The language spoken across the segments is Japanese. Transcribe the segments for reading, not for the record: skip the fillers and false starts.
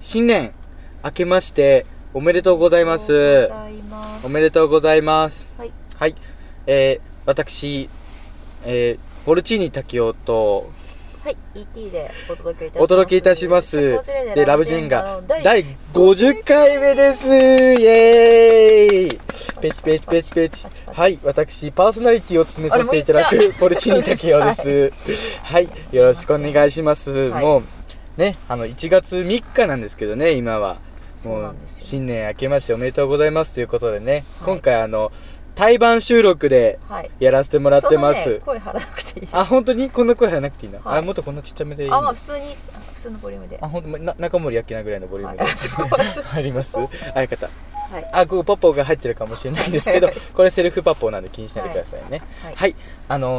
新年明けましておめでとうございます。おめでとうございます。 はい。 はい。私、ボルチーニ滝雄と、 はい、ET でお届けいたします。で、ラブジェンガ第50回目です。イエーイ。ペチペチペチペチ。はい、私パーソナリティを務めさせていただくボルチーニ滝雄です。はい、よろしくお願いします。 はい、 もうね、1月3日なんですけどね、今はもう新年明けましておめでとうございますということでね、はい、今回対バン収録でやらせてもらってます。 ね、声張らなくていいです。 あ、本当にこんな声張らなくていいの、 はい、 もっとこんなちっちゃめでいいの。普通のボリュームで。 本当、中森明菜ぐらいのボリュームで、 はい、 入ります。相方。 はい、 ここパポが入ってるかもしれないんですけどこれセルフパポなんで気にしないでくださいね。はい、はい、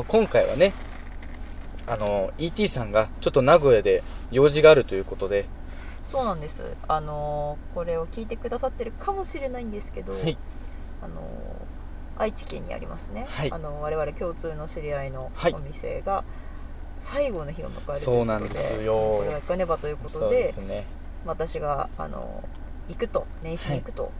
今回はねET さんがちょっと名古屋で用事があるということで。 そうなんです。これを聞いてくださってるかもしれないんですけど、はい、愛知県にありますね、はい、我々共通の知り合いのお店が最後の日を迎えるということで、 そうなんですよ。 これは行かねばということで、 そうですね、 私が行くと、年始に行くと、はい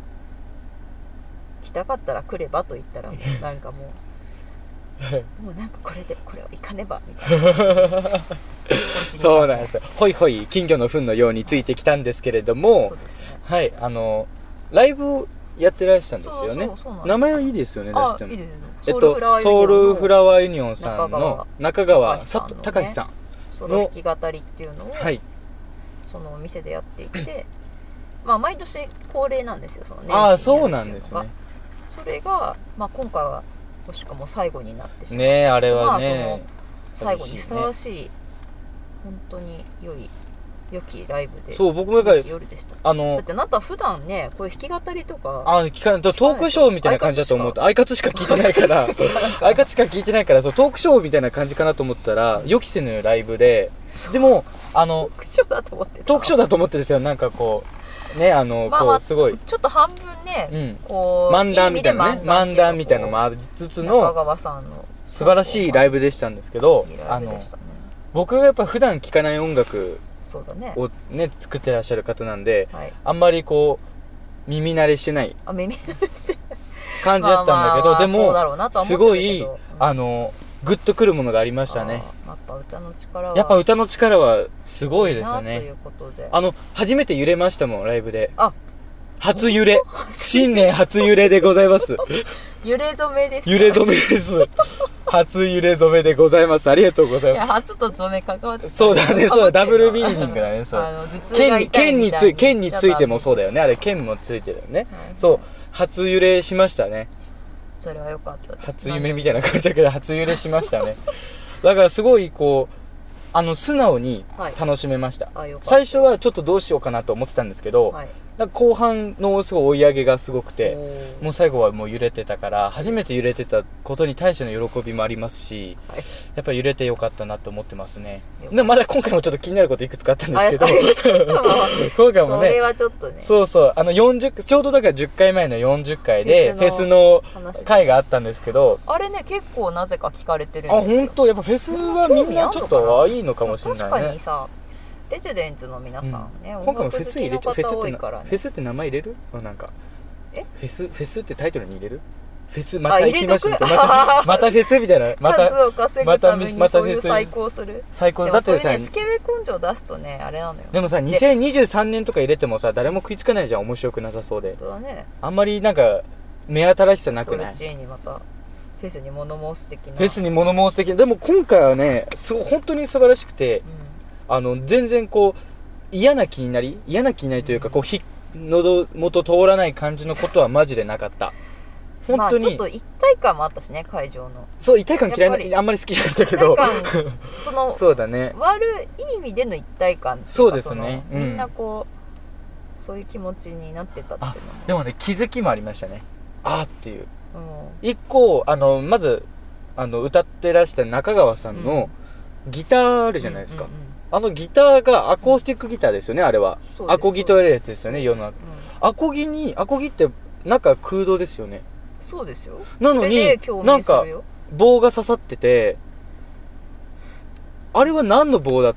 、来たかったら来ればと言ったら、もうなんかもうなんかこれは行かねばみたいなそうなんですよ。ほいほい金魚の糞のようについてきたんですけれども、 そうですね、 はい、ライブをやってらしたんですよね。そう名前はいいですよね、出しても。 いいですソウルフラワーユニオンさんの中川隆さんソロ弾き語りっていうのを、はい、そのお店でやっていて、まあ毎年恒例なんですよ、その年始にやるっていうのが。そうなんですね。それが、まあ、今回はもしかも最後になってしまってね、あれはね、 最後にふさわしい、本当に良きライブで。 そう、僕もだから夜でした。だってあなた普段ね、こういう弾き語りとか聞かないと、トークショーみたいな感じだと思って、アイカツしか聞いてないからアイカツしか聞いてないから、そう、トークショーみたいな感じかなと思ったら、予期せぬライブで、でもトークショーだと思ってた。 トークショーだと思ってですよ。なんかこうね、こうすごいちょっと半分ね、 こう漫談みたいなね、漫談みたいなのもありつつの中川さんの素晴らしいライブでしたんですけど、僕がやっぱ普段聴かない音楽をね作ってらっしゃる方なんで、あんまりこう耳慣れしてない感じだったんだけど、でもすごいグッとくるものがありましたね。 やっぱ歌の力はすごいですね。初めて揺れましたもん、ライブで。初揺れ新年初揺れでございます。 揺れ染めです。 揺れ染めです。初揺れ染めでございます。ありがとうございます。 いや、初と染め関わって。 そうだね、そうだ、ダブルミーニングだね。そう、剣についてもそうだよね。あれ剣もついてるよね。そう、初揺れしましたね。 それは良かったです。 初夢みたいな感じだけど初揺れしましたね。だからすごいこう素直に楽しめました。最初はちょっとどうしようかなと思ってたんですけど、後半のすごい追い上げがすごくて、もう最後はもう揺れてたから、初めて揺れてたことに対しての喜びもありますし、やっぱり揺れてよかったなと思ってますね。でもまだ今回もちょっと気になることいくつかあったんですけど、今回もね、 それはちょっとね、 そうそう、ちょうどだから10回前の40回でフェスの回があったんですけど、 あれね、結構なぜか聞かれてるんですよ。 本当、やっぱフェスはみんなちょっといいのかもしれないね。 確かにさ、レジデンツの皆さんね、 今回もフェス入れちゃう。フェスって名前入れる？なんかフェスってタイトルに入れる？フェスまた行きましょう。またフェスみたいな、 数を稼ぐためにそういう最高する。 最高だってさ、 スケベ根性出すとね、あれなのよ。 でもさ、2023年とか入れてもさ、誰も食いつかないじゃん。面白くなさそうで。 そうだね。 あんまりなんか目新しさなくない？ フェスに物申す的な。 フェスに物申す的な。でも今回はね、本当に素晴らしくて、全然こう嫌な気になりというか、こう喉元通らない感じのことはマジでなかった。本当に、 ちょっと一体感もあったしね、会場の。 そう、一体感嫌いな、あんまり好きじゃなかったけど、そうだね、 いい意味での一体感っていうか、 そうですね、 みんなこうそういう気持ちになってたっていうのも。 でもね、気づきもありましたね。っていう一個、まず歌ってらした中川さんのギターあるじゃないですか。ギターがアコースティックギターですよね、あれは。アコギと言われるやつですよね、世の中。アコギって中空洞ですよね。 そうですよ。 なのになんか棒が刺さってて、あれは何の棒だったの？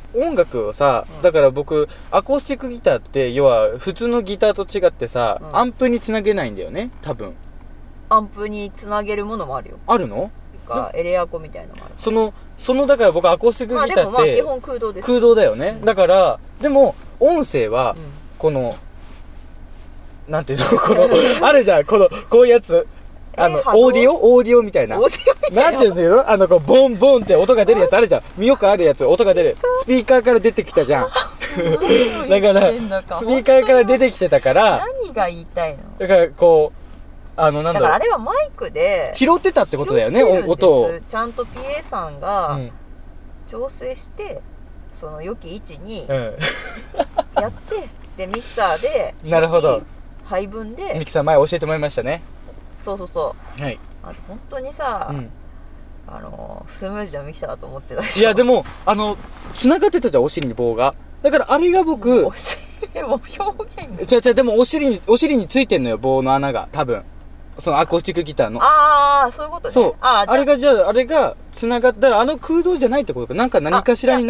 音楽をさ、だから僕アコースティックギターって要は普通のギターと違ってさ、アンプにつなげないんだよね多分。 アンプにつなげるものもあるよ。 あるの？ エレアコみたいなのもある。 そのだから僕アコースティックギターって基本空洞です。 空洞だよね、だからでも音声はこの、なんていうのこのあるじゃんこういうやつオーディオみたいな。なんていうんだよこうボンボンって音が出るやつあるじゃん。よくあるやつ音が出る。スピーカーから出てきたじゃん。だからスピーカーから出てきてたから。 何が言いたいの？ だからこうなんだろう。 だからあれはマイクで拾ってたってことだよね音を。 ちゃんと PA さんが調整してその良き位置にやってでミキサーでなるほど配分でミキサー前教えてもらいましたね。 そうそうそう、 はい、 本当にさ、スムージーのミキサーだと思ってたでしょ。 いやでも繋がってたじゃんお尻に棒が。だからあれが僕お尻も表現でもお尻についてんのよ棒の穴が多分そのアコースティックギターの。 ああそういうことね。 そうあれが繋がったら空洞じゃないってことか。何かしらに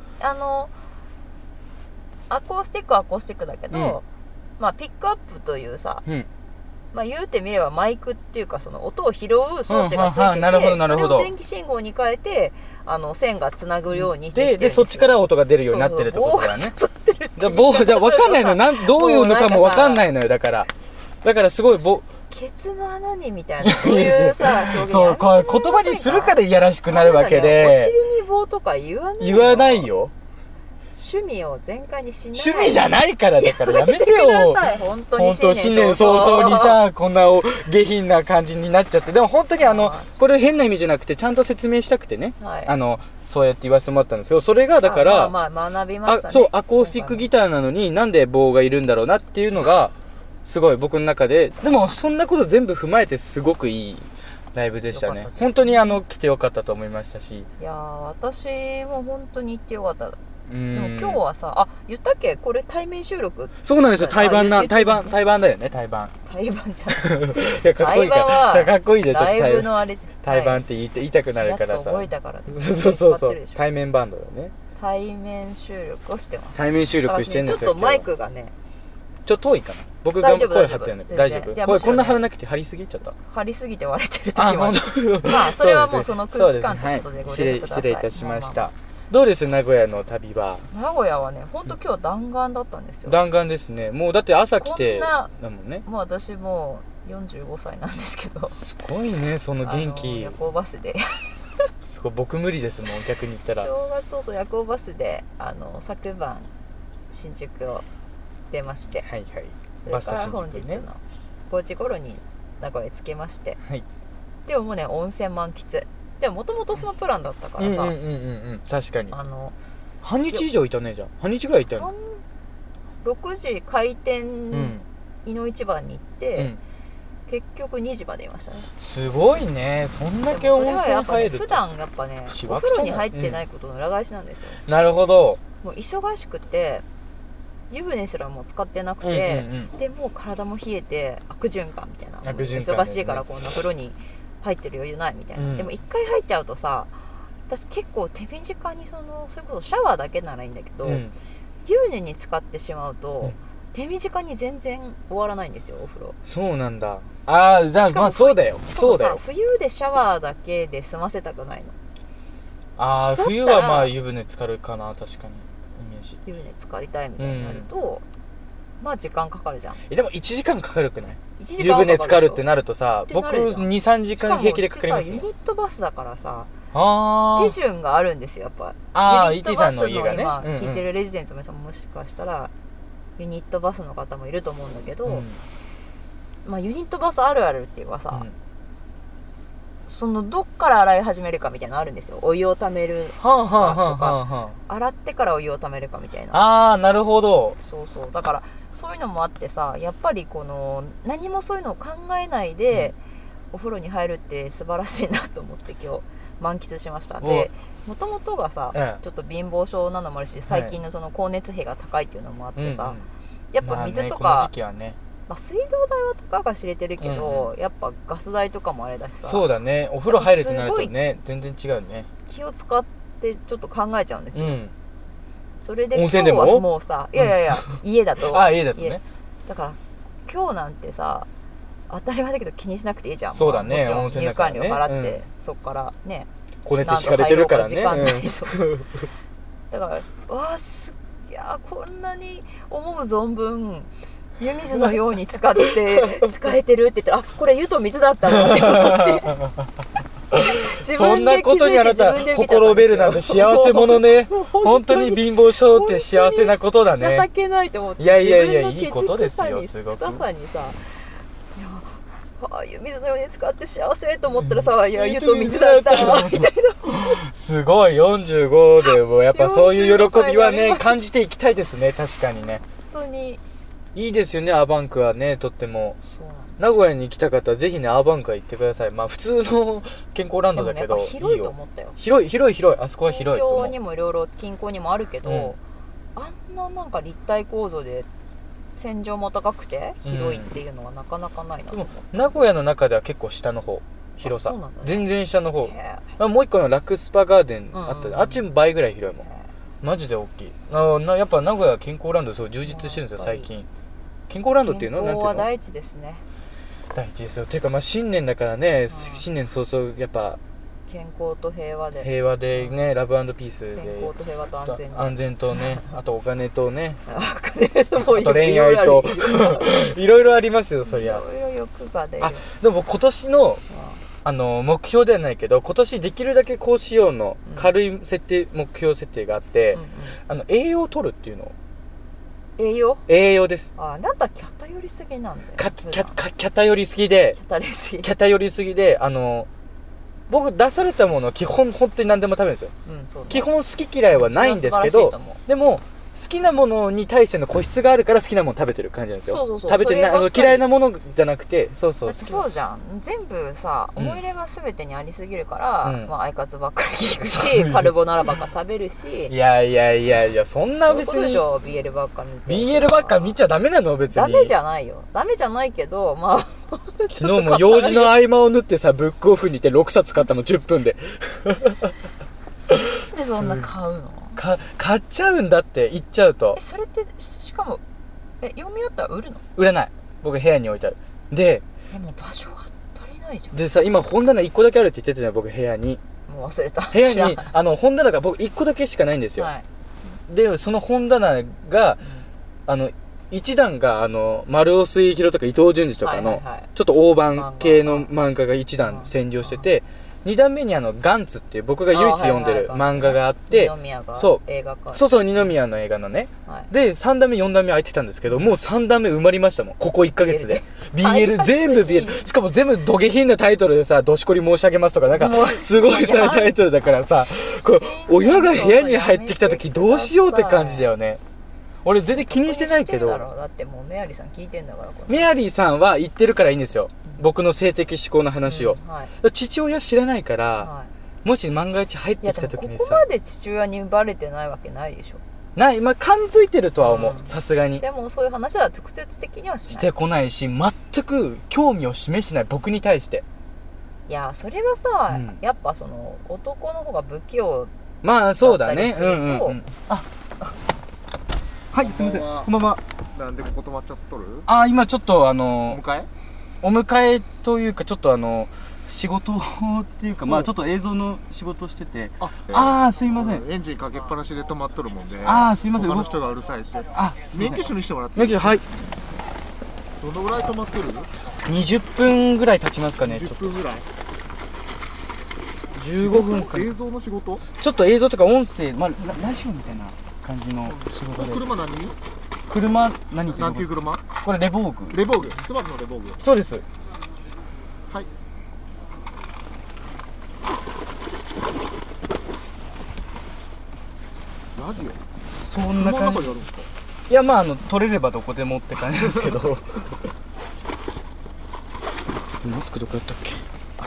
アコースティックだけど、ピックアップというさ、言うてみればマイクっていうかその音を拾う装置がついてて、それを電気信号に変えて線がつなぐようにしてでそっちから音が出るようになってるってことだよね。じゃあ分かんないのどういうのかも分かんないのよ。だからすごいケツの穴にみたいなそういうさ表現そう言葉にするからいやらしくなるわけで。 お尻に棒とか言わないよ。 趣味を全開にしない。 趣味じゃないからだからやめてよ。 本当新年早々にさこんな下品な感じになっちゃって。でも本当にこれ変な意味じゃなくてちゃんと説明したくてね、そうやって言わせてもらったんですよ。それがだから学びましたね。 そうアコースティックギターなのになんで棒がいるんだろうなっていうのがすごい僕の中で。でもそんなこと全部踏まえてすごくいいライブでしたね。本当に来てよかったと思いましたし。 いや私も本当に行ってよかった。でも今日はさ言ったっけこれ対面収録。 そうなんですよ。対バンだよね。対バンじゃん。いやかっこいいからかっこいいじゃん。ちょっとライブのあれ対バンって言いたくなるからさ。 覚えたからそう対面バンドだよね。 対面収録をしてます。 対面収録してるんですよ。 ちょっとマイクがねちょっと遠いかな。僕が声張ってるの大丈夫。声こんな張らなくて張りすぎちゃった。 張りすぎて割れてる時もある。それはもうその空気感ということでご了承ください。 失礼いたしました。どうです名古屋の旅は。 名古屋はね本当今日弾丸だったんですよ。 弾丸ですね。もうだって朝来てだもんね。 もう私もう45歳なんですけどすごいねその元気。 夜行バスですごい僕無理ですもん逆に言ったら。 正月夜行バスで昨晩新宿を出まして、 バスタ新宿ね。 本日の5時頃に名古屋に着けまして、でももうね温泉満喫でもともとそのプランだったからさ、 確かに半日以上いたね。じゃあ半日ぐらいいたの。 6時開店井の一番に行って、結局2時までいましたね。 すごいねそんだけ温泉入る。 普段やっぱねお風呂に入ってないことの裏返しなんですよ。 なるほど。 もう忙しくて湯船すらもう使ってなくて、でもう体も冷えて悪循環みたいな。忙しいからこんな風呂に入ってる余裕ないみたいな、でも一回入っちゃうとさ私結構手短にそれこそシャワーだけならいいんだけど、湯船に使ってしまうと、手短に全然終わらないんですよお風呂。 そうなんだ。そうだよそうだよ。 冬でシャワーだけで済ませたくないの。 冬は湯船浸かるかな。確かにイメージ。 湯船浸かりたいみたいになると、時間かかるじゃん。 でも1時間かかるくない？湯船浸かるってなるとさ僕 2,3 時間平気でかかりますよ。 ユニットバスだからさ手順があるんですよやっぱ。ユニットバスの今聞いてるレジデントの皆さんもしかしたらユニットバスの方もいると思うんだけど、ユニットバスあるあるっていうかさ、そのどっから洗い始めるかみたいなのあるんですよ。お湯をためるとか洗ってからお湯をためるかみたいな。 なるほど。 そうだからそういうのもあってさやっぱり何もそういうのを考えないで、お風呂に入るって素晴らしいなと思って今日満喫しました。でもともとがさ、ちょっと貧乏症なのもあるし最近のその光熱費が高いっていうのもあってさ、やっぱ水とか、水道代は高が知れてるけど、やっぱガス代とかもあれだしさ。 そうだねお風呂入るってなるとね全然違うね。 気を使ってちょっと考えちゃうんですよ、 それで今日はもうさ、いや家だと家だとね。 だから今日なんてさ当たり前だけど気にしなくていいじゃん。 そうだね、 もちろん入館料払って、そっからね光熱費引かれてるからね。 だからいやこんなに思う存分湯水のように使えてるって言ったら、これ湯と水だったなって思ってそんなことにあなたほころべるなんて幸せ者ね。本当に貧乏症って幸せなことだね。 情けないと思って。 いやいいことですよ。すごく臭さにさ、湯水のように使って幸せと思ったらさ、いや湯と水だったみたいな。 すごい45でもやっぱそういう喜びはね感じていきたいですね。確かにね。 本当にいいですよね、アバンクはね。とっても名古屋に来た方はぜひねアバンクは行ってください。まあ普通の健康ランドだけど、 広いと思ったよ。 広いあそこは広いと思う。 東京にもいろいろ近郊にもあるけど、あんななんか立体構造で天井も高くて広いっていうのはなかなかないなと思う。 でも名古屋の中では結構下の方広さ、全然下の方。もう一個のラクスパガーデンあった、あっちも倍ぐらい広いもん。マジで大きい。やっぱ名古屋健康ランドすごい充実してるんですよ最近。健康ランドっていうのなんていうの？ 健康は第一ですね。 第一ですよ。っていうかまあ新年だからね、新年早々やっぱ健康と平和でね、ラブ&ピースで健康と平和と安全とね、あとお金とね、 あと恋愛といろいろありますよ。そりゃいろいろ欲が出る。 でも今年の目標ではないけど、今年できるだけこうしようの軽い目標設定があって、栄養を取るっていうの。栄養です。 あなたキャタ寄りすぎなんだよ。 キャタ寄りすぎで僕出されたものは基本本当に何でも食べるんですよ。基本好き嫌いはないんですけど、でも好きなものに対しての固執があるから好きなもの食べてる感じなんですよ。食べてない嫌いなものじゃなくて、そうじゃん。全部さ思い入れが全てにありすぎるから、まあアイカツばっかり聞くし、カルボナーラばっか食べるし。 いやそんな別に。 そうでしょ。BL ばっか見て。 BL ばっか見ちゃダメなの別に。 ダメじゃないよ。ダメじゃないけど、まあ昨日も用事の合間を縫ってさ、ブックオフに行って6冊買ったの10分で。 でそんな買うの？ 買っちゃうんだって言っちゃうと。 それってしかも読み終わったら売るの？ 売らない。僕部屋に置いてある。でも場所が足りないじゃん。 でさ、今本棚1個だけあるって言ってたじゃん。僕部屋にもう忘れた。 部屋に本棚が僕1個だけしかないんですよ。でその本棚が1段が丸尾末広とか伊藤潤二とかのちょっと大判系の漫画が1段占領してて、2段目にガンツっていう僕が唯一読んでる漫画があって、そう二宮の映画のね、で3段目4段目空いてたんですけど、もう3段目埋まりましたもんここ1ヶ月で。 BL 全部 BL、 しかも全部土下品なタイトルでさ、どしこり申し上げますとかなんかすごいさタイトルだからさ、親が部屋に入ってきた時どうしようって感じだよね。俺全然気にしてないけど。 だってもうメアリーさん聞いてんだから。 メアリーさんは言ってるからいいんですよ、僕の性的思考の話を。父親知らないから、もし万が一入ってきた時にさ。 ここまで父親にバレてないわけないでしょ。 ない、感づいてるとは思う、さすがに。 でもそういう話は直接的にはしてこないし、全く興味を示しない、僕に対して。 いやそれはさ、やっぱその男の方が不器用まあそうだね。はい、すみません。こんばんは。 なんでここ泊まっちゃっとる？ 今ちょっとお迎えというか、ちょっと仕事っていうか、まあちょっと映像の仕事してて。すいません。 エンジンかけっぱなしで止まっとるもんで。 すいません。 他の人がうるさいって。免許証見せてもらっていい？ 免許証、はい。 どのぐらい止まってる ？20分ぐらい経ちますかね。 20分ぐらい。 15分か。 映像の仕事？ ちょっと映像とか音声、ラジオみたいな感じの仕事で。 車何？ 車何ていう？ なんていう車？ これレボーグ。 レボーグ。スバルのレボーグ。 そうです。 はい。ラジオ？ そんな感じ。いや撮れればどこでもって感じですけど。マスクどこやったっけ？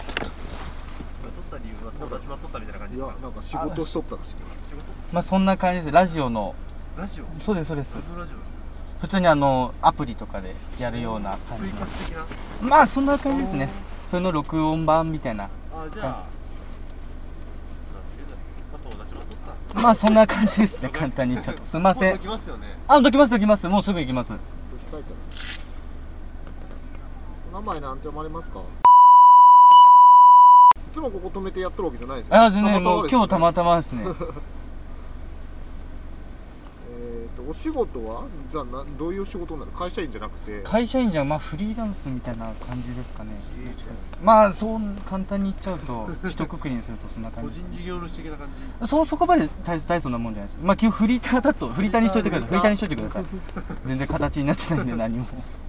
いやなんか仕事しとったらしい。 そんな感じです。ラジオの。 ラジオ？ そうですそうです。普通にアプリとかでやるような感じ。追加的な？そんな感じですね。それの録音版みたいな。じゃあまあそんな感じですね。簡単に言っちゃうとすいません。 解きますよね。 解きます。もうすぐ行きます。 名前なんて読まれますか？いつもここ止めてやってるわけじゃないですよね。 全然もう今日たまたまですね。 お仕事はじゃあどういう仕事になる？会社員じゃなくて？ 会社員じゃフリーランスみたいな感じですかね。まあそう簡単に言っちゃうと一括りにするとそんな感じ。 個人事業主的な感じ？ そこまで大層なもんじゃないです。まあ基本フリーターだとフリーターにしといてください。フリーターにしといてください。全然形になってないんで何も。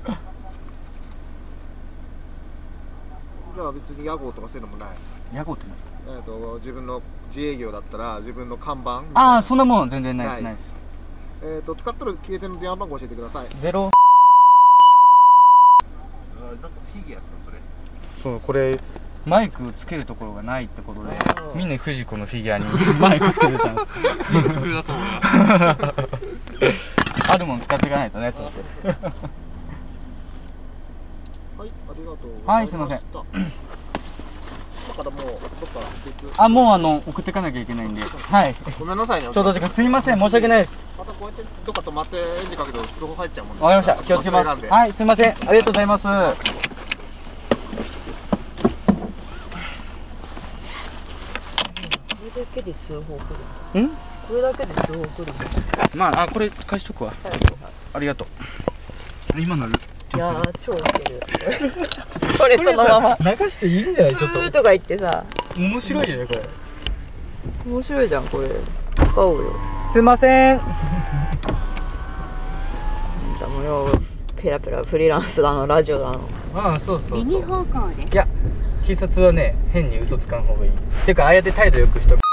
じゃあ別に屋号とかそういうのもない？ 屋号って何ですか？ 自分の自営業だったら自分の看板？ そんなもん全然ないです。ないです。 使ってる携帯の電話番号教えてください。 ゼロ。 なんかフィギュアですかそれ？ そうこれマイクつけるところがないってことで、峰不二子のフィギュアにマイクつけてたんです。 僕だと思います。 あるもの使っていかないとねと思って。 はい、ありがとうございました。 はい、すみません。 だからもうどっから別？ もう送っていかなきゃいけないんで。はい。 ごめんなさいね。 ちょうど時間すみません。申し訳ないです。 またこうやってどっか止まってエンジンかけて通報入っちゃうもんね。 わかりました。気をつけます。はい、すみません。ありがとうございます。これだけで通報来る。これだけで通報来る。 これ返しとくわ。ありがとう。今のいや超ウケる。これそのまま流していいんじゃない？ちょっととか言ってさ、 面白いよねこれ。 面白いじゃんこれ。使おうよ。 すいません。 もうよペラペラフリーランスだのラジオだの。 そう。右方向で。いや必殺はね変に嘘つかん方がいい。っていうかああやって態度よくしとく。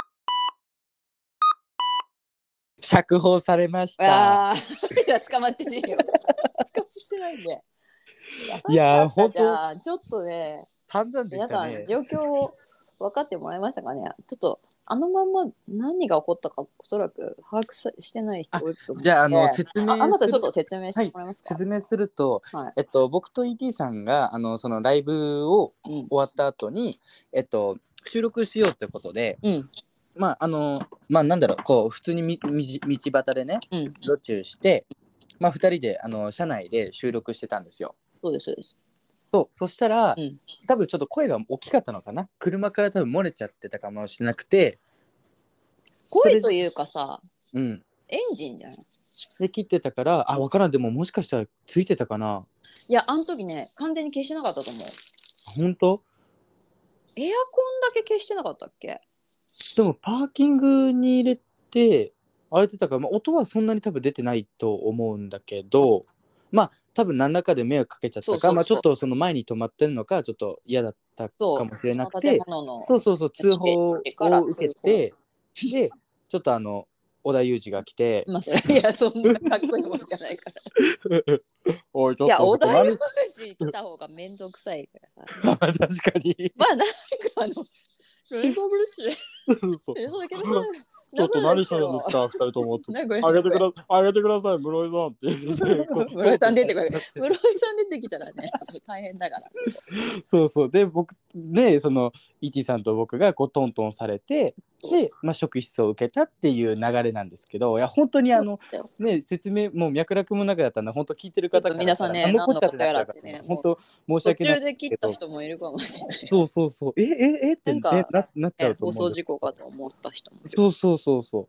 釈放されました。 いや捕まってねえよ。捕まってないんで。 いや本当ちょっとね、 散々でしたね。 皆さん状況を分かってもらいましたかね。ちょっとまま何が起こったかおそらく把握してない人多いと思うので。 じゃあ説明あなたちょっと説明してもらえますか？ 説明すると、僕と ET さんがそのライブを終わった後に収録しようってことで。なんだろうこう普通に道端でね、路中して、2人で車内で収録してたんですよ。 そうですそうです。 そしたら、多分ちょっと声が大きかったのかな。車から多分漏れちゃってたかもしれなくて。 声というかさ、エンジンじゃん。 で切ってたから分からん。でももしかしたらついてたかな。 いやあの時ね完全に消してなかったと思う。 本当？ エアコンだけ消してなかったっけ？ でもパーキングに入れてあれてたから、音はそんなに多分出てないと思うんだけど、多分何らかで迷惑かけちゃったか、ちょっとその前に止まってるのかちょっと嫌だったかもしれなくて、そう通報を受けて、でちょっと織田裕二が来て、 それいやそんなかっこいいもんじゃないからおいちょっといや織田裕二来た方がめんどくさいから確かになんかレインボーブリッジでそうだけどちょっと何してるんですか、2人ともって。あげてください、室井さんって。 室井さん出てこい。室井さん出てきたらね、大変だから。 そう。で、僕、その、ET さんと僕がこうトントンされて、で、職質を受けたっていう流れなんですけど、いや、本当に説明、もう脈絡もなくだったんで、本当聞いてる方から皆さんね、 残っちゃってなっちゃうからね、本当申し訳ない。 途中で切った人もいるかもしれない。 そう。ってなっちゃうと思う。 放送事故かと思った人も。 そう。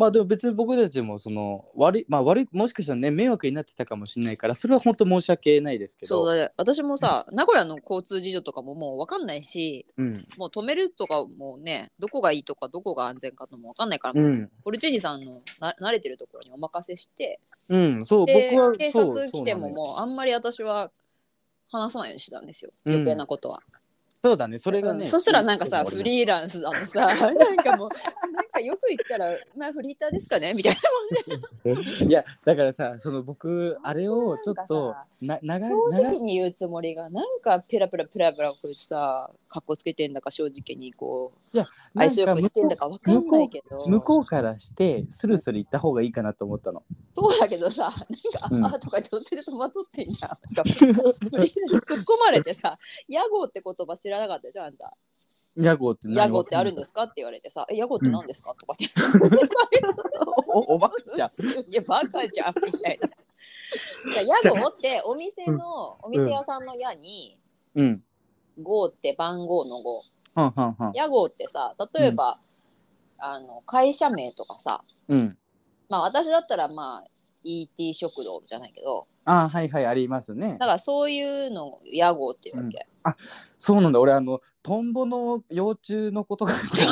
でも別に僕たちも悪い、もしかしたらね、迷惑になってたかもしれないから、それは本当申し訳ないですけど。 そうだ、私もさ、名古屋の交通事情とかももう分かんないし、もう止めるとかもね、どこがいいとかどこが安全かとも分かんないから、ポルチーニさんの慣れてるところにお任せして、 そう僕は警察来てももうあんまり私は話さないようにしてたんですよ、余計なことは。 そうだね、それがね、 そしたらなんかさ、フリーランスだのさ、なんかもうなんかよく言ったらフリーターですかねみたいなもんでいやだからさ、僕あれをちょっと正直に言うつもりがなんかペラペラこいつさカッコつけてんだか正直にこう愛想よくしてんだか分かんないけど、 向こうからしてスルスル言った方がいいかなと思ったの。 そうだけどさ、なんか、あとか途中で戸惑ってんじゃん。突っ込まれてさ、屋号って言葉知らなかったじゃん、あんた。 屋号って屋号ってあるんですかって言われてさ、屋号って何ですか、とかって。 おバカじゃん。 いや、バカじゃん、みたいな。屋号ってお店屋さんの屋に、号って番号の号。屋号ってさ、例えば、会社名とかさ、まあ私だったらまあ ET 食堂じゃないけど、 はいはい、ありますね。 だからそういうのを屋号っていうわけ。 そうなんだ。俺トンボの幼虫のことが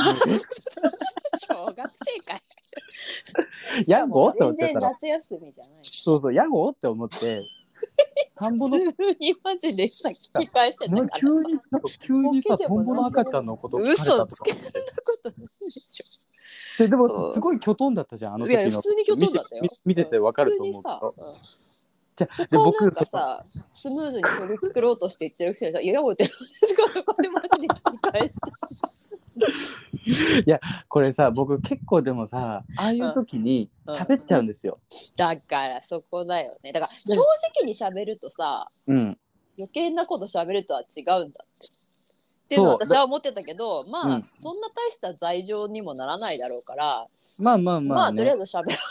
小学生かい。 屋号って思ってたら全然夏休みじゃない。 そう屋号って思って田んぼの普通にマジでさ聞き返してたから急にさトンボの赤ちゃんのこと嘘つけんなことないでしょ。でもすごいキョトンだったじゃん、あの時の。 いや普通にキョトンだったよ。 見ててわかると思うけど。 じゃあ僕なんかさスムーズに取り繕ろうとして言ってるくせにさ、いや俺って何ですかとかでマジで聞き返していやこれさ、僕結構でもさ、ああいう時に喋っちゃうんですよ。 だからそこだよね。だから正直に喋るとさ、余計なこと喋るとは違うんだっていうのは私は思ってたけど、まあ、そんな大した罪状にもならないだろうから、まあとりあえず喋る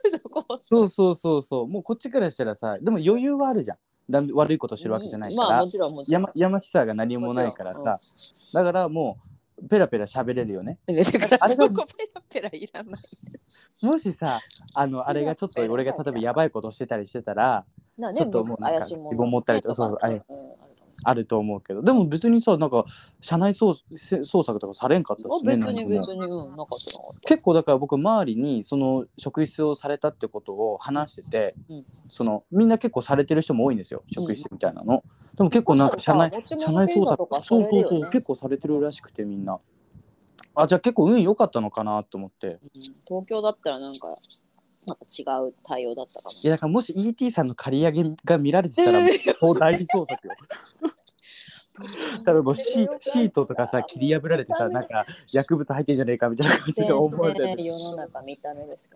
そうもうこっちからしたらさ、でも余裕はあるじゃん。悪いことしてるわけじゃないから、 まあもちろんやましさが何もないからさ、だからもうペラペラ喋れるよね。 あれがそこペラペラいらない。 もしさ、あれがちょっと俺が例えばやばいことしてたりしてたら、ちょっともうなんか自分持ったりとか、あると思うけど、でも別にさ、なんか社内捜索とかされんかったしね。 別になかったな。 結構だから僕周りにその職質をされたってことを話してて、みんな結構されてる人も多いんですよ、職質みたいなの。でも結構なんか社内捜索とかそう結構されてるらしくて、みんなじゃあ結構運良かったのかなと思って、 東京だったらなんかまた違う対応だったかも。 いやだからもし ET さんの借り上げが見られてたらもう大捜索よ。多分もうシートとかさ切り破られてさ、なんか薬物入ってんじゃねえかみたいな感じで思われてる。 世の中見た目ですから。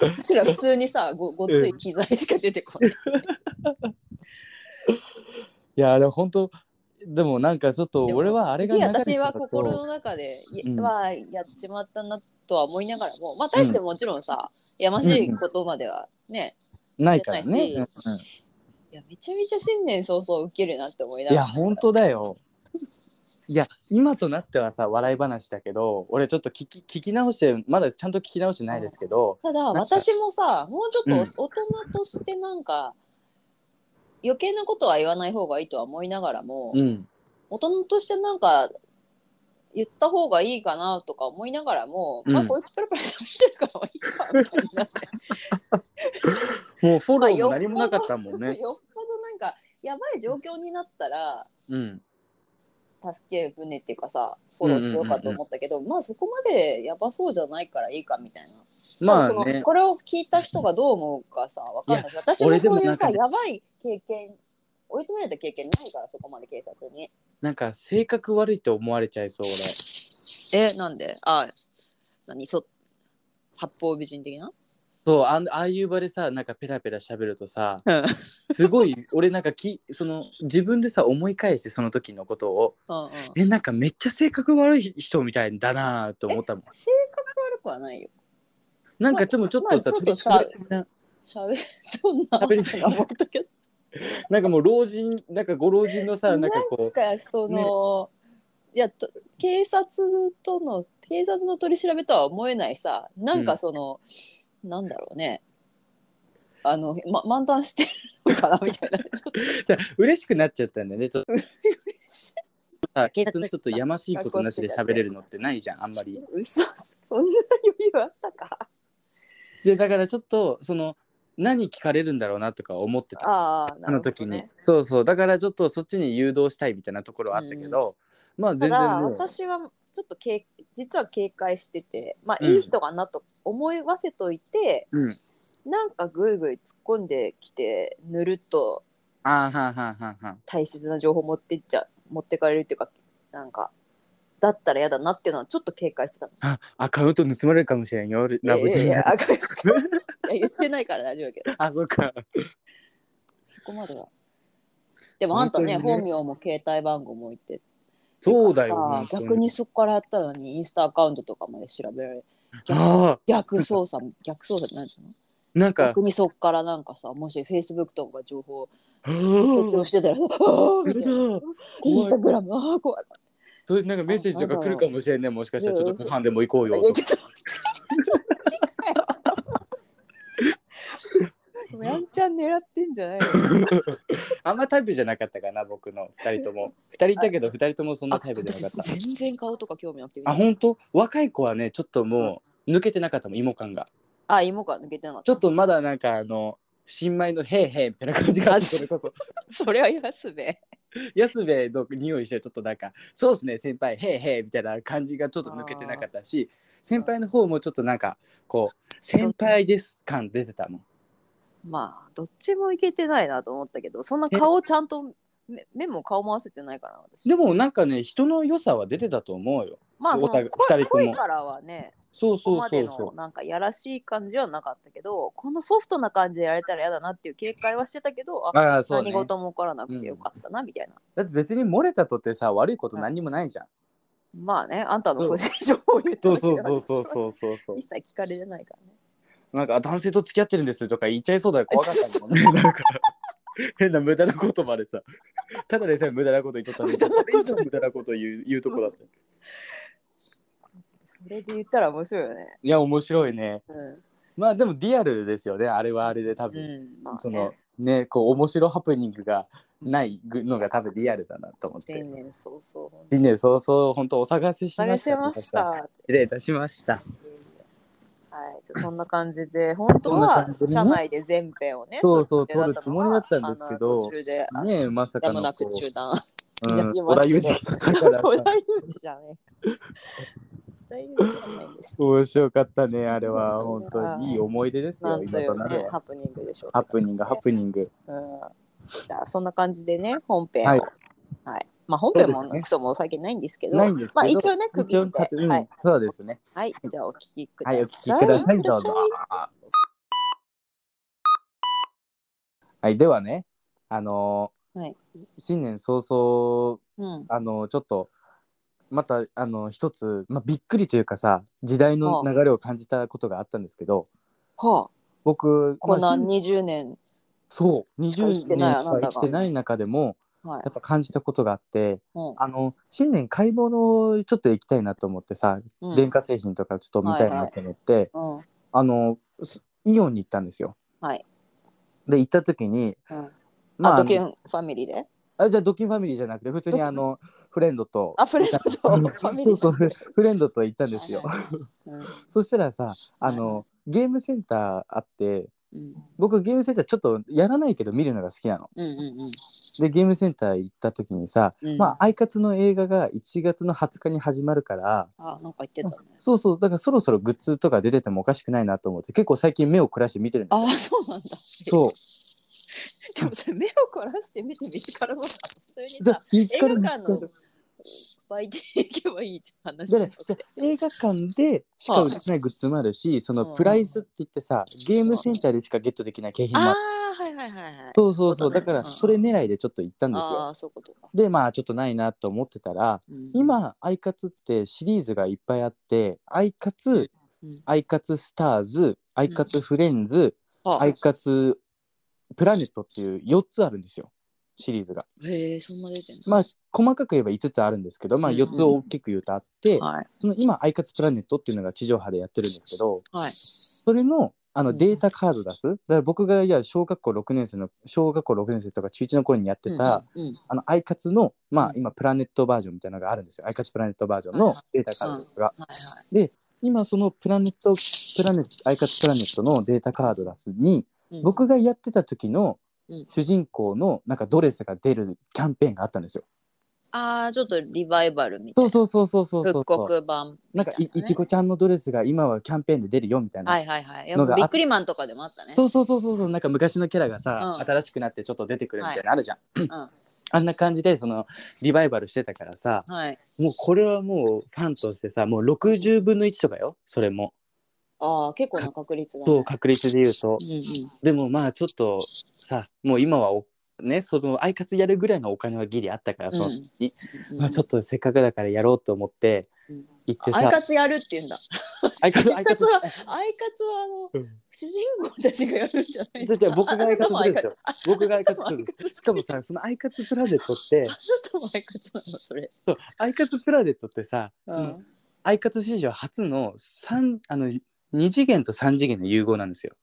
むしろ普通にさ ごつい機材しか出てこない。 いやでも本当でもなんかちょっと俺はあれが流れてたと、 私は心の中でやっちまったなとは思いながらも、まあ大してもちろんさ、やましいことまではね、 ないからね。 いやめちゃめちゃ新年早々受けるなって思いながら。 いや本当だよ。いや今となってはさ笑い話だけど、俺ちょっと聞き直してまだちゃんと聞き直してないですけど、 ただ私もさもうちょっと大人としてなんか、余計なことは言わない方がいいとは思いながらも、大人としてなんか言った方がいいかなとか思いながらも、まあこいつペラペラ喋ってるからいいかみたいになってもうフォローも何もなかったもんね。 よっぽどなんかやばい状況になったら、助け舟っていうかさフォローしようかと思ったけど、まあそこまでやばそうじゃないからいいかみたいな。まあね、これを聞いた人がどう思うかさ分かんない。私もそういうさやばい経験追い詰められた経験ないから、そこまで警察になんか性格悪いと思われちゃいそう俺。なんで八方美人的な。 そうああいう場でさなんかペラペラ喋るとさすごい俺なんかその自分でさ思い返してその時のことを、なんかめっちゃ性格悪い人みたいだなと思ったもん。 性格悪くはないよ。 なんかでもちょっとさ、 喋りすぎな思ったけどなんかもうなんかご老人のさなんかこうなんかその、いや警察の取り調べとは思えないさ、なんかその、なんだろうね、漫談してるのかなみたいな。ちょっとじゃ嬉しくなっちゃったんだよね。ちょっと警察の人とやましいことなしで喋れるのってないじゃん、あんまり。 嘘、そんな余裕あったか。 だからちょっとその何聞かれるんだろうなとか思ってた、あの時に。そうだからちょっとそっちに誘導したいみたいなところはあったけど、まあ全然もう私はちょっと実は警戒してて、まあいい人かなと思いわせといて、なんかぐいぐい突っ込んできてぬるっと大切な情報持ってかれるっていうか、なんかだったら嫌だなっていうのはちょっと警戒してたの。 アカウント盗まれるかもしれんよ、ラブジェンガ。 言ってないから大丈夫だけど。 そうか。 そこまでは。でもあんたね、本名も携帯番号も言って。 そうだよ。 逆にそこからやったのにインスタアカウントとかまで調べられる。逆操作って何ですか？なんか逆にそこからなんかさ、もしフェイスブックとか情報提供してたらみたいな。インスタグラム怖い。 それなんかメッセージとか来るかもしれんね。もしかしたらちょっとご飯でも行こうよ。 やんちゃん狙ってんじゃないの？ あんまタイプじゃなかったかな、僕の2人とも。2人いたけど2人ともそんなタイプじゃなかった。 全然顔とか興味なくて。 本当？若い子はねちょっともう抜けてなかったもん、芋感が。 芋感抜けてなかった。 ちょっとまだなんか新米のヘイヘイみたいな感じがする。 それは安部の匂いしてちょっとなんかそうですね先輩ヘイヘイみたいな感じがちょっと抜けてなかったし、先輩の方もちょっとなんかこう先輩です感出てたもん。 まあどっちもいけてないなと思ったけど、そんな顔ちゃんと目も顔も合わせてないからな私。 でもなんかね人の良さは出てたと思うよ。 まあその声からはね、そこまでのなんかやらしい感じはなかったけど、このソフトな感じでやれたら嫌だなっていう警戒はしてたけど、何事も起こらなくてよかったなみたいな。 だって別に漏れたとってさ悪いこと何にもないじゃん。 まあね、あんたの個人情報を言ったらそう一切聞かれてないからね。 なんか男性と付き合ってるんですとか言っちゃいそうだよ。怖かったもんね。なんか変な無駄な言葉でさ、ただでさえ無駄なこと言っとったのに、無駄なこと言うとこだった。 それで言ったら面白いよね。 いや面白いね。まあでもリアルですよね。あれはあれで多分、そのねこう面白ハプニングがないのが多分リアルだなと思って。 新年早 々本当お探ししました。 失礼いたしました。 はい、そんな感じで本当は社内で全編をね撮るつもりだったんですけどね、まさかのなく中断織田裕二だから織田裕二じゃねえ面白かったね。あれは本当にいい思い出ですよ。 なんというねハプニングでしょう。 ハプニング。 じゃあそんな感じでね本編をはいまあ本編もクソも最近ないんですけど、まあ一応ね区切って、 そうですね。 はい、じゃあお聞きください。 はい、お聞きください、どうぞ。はい、ではね、新年早々、ちょっとまた一つ、びっくりというかさ、時代の流れを感じたことがあったんですけど、僕こんな20年そう20年しか生きてない中でもやっぱ感じたことがあって、新年買い物ちょっと行きたいなと思ってさ、電化製品とかちょっと見たいなと思って、イオンに行ったんですよ。で行った時に、 ドキンファミリーでじゃあドキンファミリーじゃなくて普通にフレンドとフレンドとフレンドと行ったんですよ。そしたらさゲームセンターあって、僕ゲームセンターちょっとやらないけど見るのが好きなの。でゲームセンター行った時にさ、アイカツの映画が1月の20日に始まるから、 なんか言ってたね。 そうだからそろそろグッズとか出ててもおかしくないなと思って結構最近目を凝らして見てるんですよ。 そうなんだ。 そうでもそれ目を凝らして見て見つかるもん普通にさ映画館の売店行けばいいじゃん話。 映画館でしか売ってないグッズもあるし、そのプライスって言ってさ、ゲームセンターでしかゲットできない景品もある。そうだからそれ狙いでちょっと行ったんですよ。でちょっとないなと思ってたら、今アイカツってシリーズがいっぱいあって、アイカツスターズ、アイカツフレンズ、アイカツプラネットっていう4つあるんですよ、シリーズが。 そんな出てんの？ 細かく言えば5つあるんですけど、4つ大きく言うとあって、その今アイカツプラネットっていうのが地上波でやってるんですけど、それのデータカード出す。だから僕が小学校6年生とか中1の頃にやってた、アイカツの今プラネットバージョンみたいなのがあるんですよ。アイカツプラネットバージョンのデータカードですが、で今そのアイカツプラネットのデータカード出すに、僕がやってた時の主人公のなんかドレスが出るキャンペーンがあったんですよ。 ちょっとリバイバルみたいな。 そう復刻版なんかいちごちゃんのドレスが今はキャンペーンで出るよみたいな。 ビックリマンとかでもあったね。 そうなんか昔のキャラがさ、新しくなってちょっと出てくるみたいなのあるじゃん。 あんな感じでそのリバイバルしてたからさ、 はい、 もうこれはもうファンとしてさもう60分の1とかよそれも。 ああ結構な確率だね。 そう確率で言うと、 うんうん、 でもまあちょっとさもう今はねそのアイカツやるぐらいのお金はギリあったからその時に、まあ、ちょっとせっかくだからやろうと思って行ってさ、 アイカツやるって言うんだ。 アイカツは主人公たちがやるんじゃないですか。 じゃあ僕がアイカツするんですよ。僕がアイカツする。しかもさそのアイカツプラネットってあなたもアイカツなのそれ。 そうアイカツプラネットってさ、そのアイカツ史上初の2次元と3次元の融合なんですよ。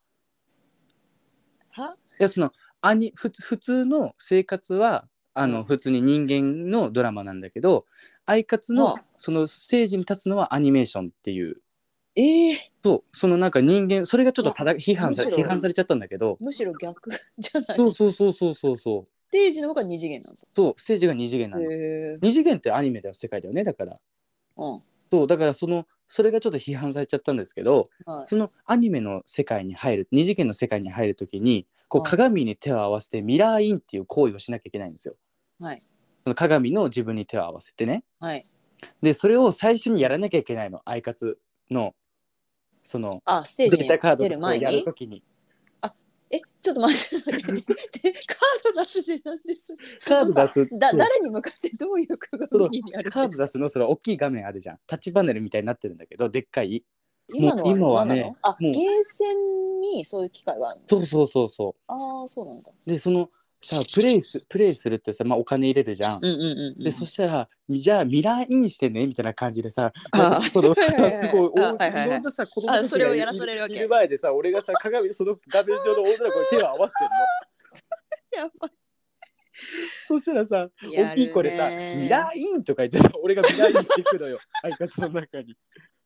いやその普通の生活は普通に人間のドラマなんだけど、アイカツのそのステージに立つのはアニメーションっていう。そうそのなんか人間それがちょっと批判されちゃったんだけど、 むしろ逆じゃない。 そうステージの方が2次元なんだ。 そうステージが2次元なの。2次元ってアニメの世界だよねだから。そうだからそれがちょっと批判されちゃったんですけど、そのアニメの世界に入る2次元の世界に入るときにこう鏡に手を合わせてミラーインっていう行為をしなきゃいけないんですよ。その鏡の自分に手を合わせてね。でそれを最初にやらなきゃいけないのアイカツのそのステージにデータカードをやるときに。 ちょっと待ってカード出すでなんですカード出す誰に向かってどういう鏡にあるんですか。 カード出すのそれ大きい画面あるじゃん。タッチパネルみたいになってるんだけどでっかい。 今はねゲーセンにそういう機械があるの。そうそうなんだ。 でそのさプレイするってさ、まあ、お金入れるじゃん。でそしたらじゃあミラーインしてねみたいな感じでさすごいいろんなさ子供たちがいる前でさ俺がさ鏡その画面上の女の子に手を合わせてんの。やばい。そしたらさ大きい子でさミラーインとか言ってさ俺がミラーインしてくのよ相方の中に。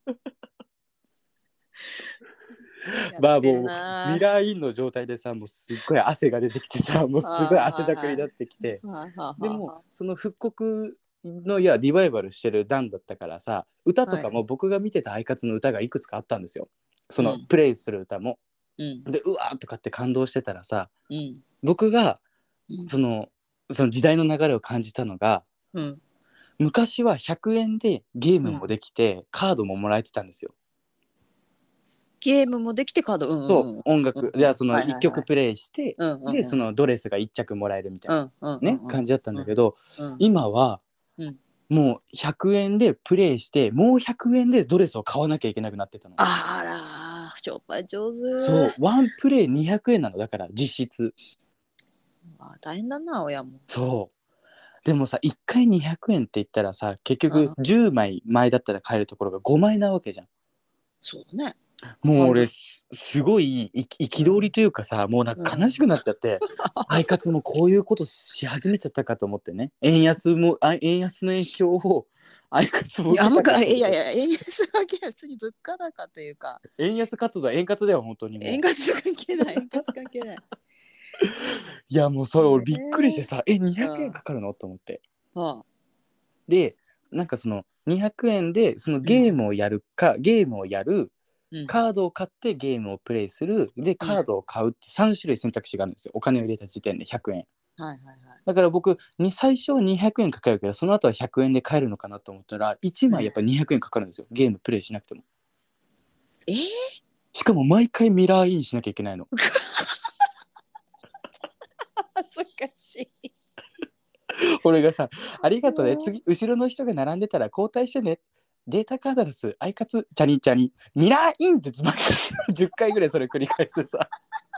まあもうミラーインの状態でさもうすっごい汗が出てきてさもうすごい汗だくになってきて、でもその復刻のリバイバルしてる段だったからさ歌とかも僕が見てたアイカツの歌がいくつかあったんですよ。そのプレイする歌も、でうわーとかって感動してたらさ、僕がその時代の流れを感じたのが、昔は100円でゲームもできて、カードももらえてたんですよ。 ゲームもできてカード、 そう音楽じゃあその1曲プレイして、でそのドレスが1着もらえるみたいな、ね感じだったんだけど、今は、もう100円でプレイしてもう100円でドレスを買わなきゃいけなくなってたの。 あら商売上手。 そうワンプレイ200円なのだから実質。 大変だな親も。 そうでもさ1回200円って言ったらさ結局10枚前だったら買えるところが5枚なわけじゃん。 そうだね。 もう俺すごい憤りというかさもうなんか悲しくなっちゃって、アイカツもこういうことし始めちゃったかと思ってね。円安の影響をアイカツもいや円安だけは普通に物価高というか円安活動は円滑だよ本当にもう円滑関係ないいやもうそれ俺びっくりしてさ200円かかるのと思って、でなんかその200円でそのゲームをやるか、ゲームをやるカードを買ってゲームをプレイするでカードを買うって3種類選択肢があるんですよ。お金を入れた時点で100円、だから僕最初は200円かかるけどその後は100円で買えるのかなと思ったら1枚やっぱ200円かかるんですよ、ゲームプレイしなくても。しかも毎回ミラーインしなきゃいけないの。 恥ずかしい。 俺がさありがとうね次後ろの人が並んでたら交代してねデータカードレスアイカツチャニチャニミラーインって10回ぐらいそれ繰り返してさ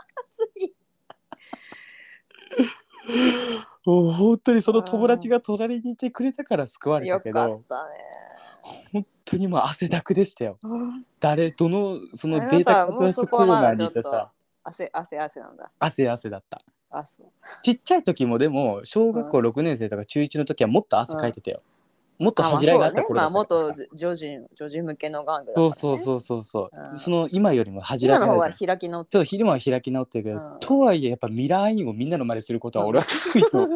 もう本当にその友達が隣にいてくれたから救われたけど、 よかったね。 本当にもう汗だくでしたよ。そのデータカードレスコーナーにいてさ汗なんだ。 汗だった。ちっちゃい時もでも小学校6年生とか中1の時はもっと汗かいてたよ。もっと恥じらいがあった頃だったからさ。 もっと女児向けの玩具だったからね。そうその今よりも恥じらいがある。 今の方は開き直ってそう今は開き直ってるけど、とはいえやっぱミラーインをみんなの前ですることは俺はきついとも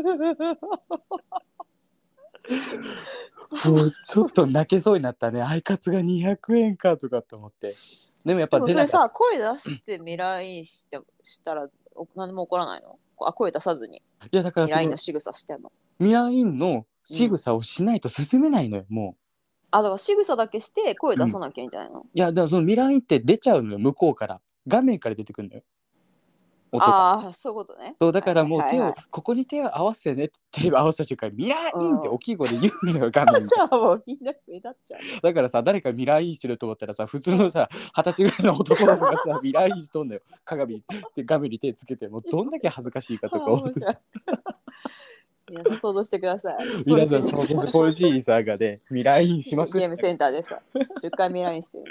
うちょっと泣けそうになったね。アイカツが200円かとかと思って。でもやっぱそれさ声出してミラーインしたら何も起こらないの？声出さずに。 いやだからミラーインの仕草しても。 ミラーインの仕草をしないと進めないのよ、もう。 だから仕草だけして声出さなきゃいいんじゃないの？ いや、だからそのミラーインって出ちゃうのよ、向こうから。画面から出てくるのよ。音が。 ああ、そういうことね。 そう、だからもうここに手を合わせねって手を合わせた瞬間にミラーインって大きい声で言うのよ、画面に。 じゃあもうみんな目立っちゃう。 だからさ、誰かミラーインしてると思ったらさ、普通のさ、20歳ぐらいの男の子がさ、ミラーインしとんのよ。鏡で画面に手つけて、もうどんだけ恥ずかしいかとか思って。 皆さん想像してください。 皆さん想像して、ポルチーニさんがね、ミラーインしまくった。 ゲームセンターでさ、10回ミラーインしてるんです。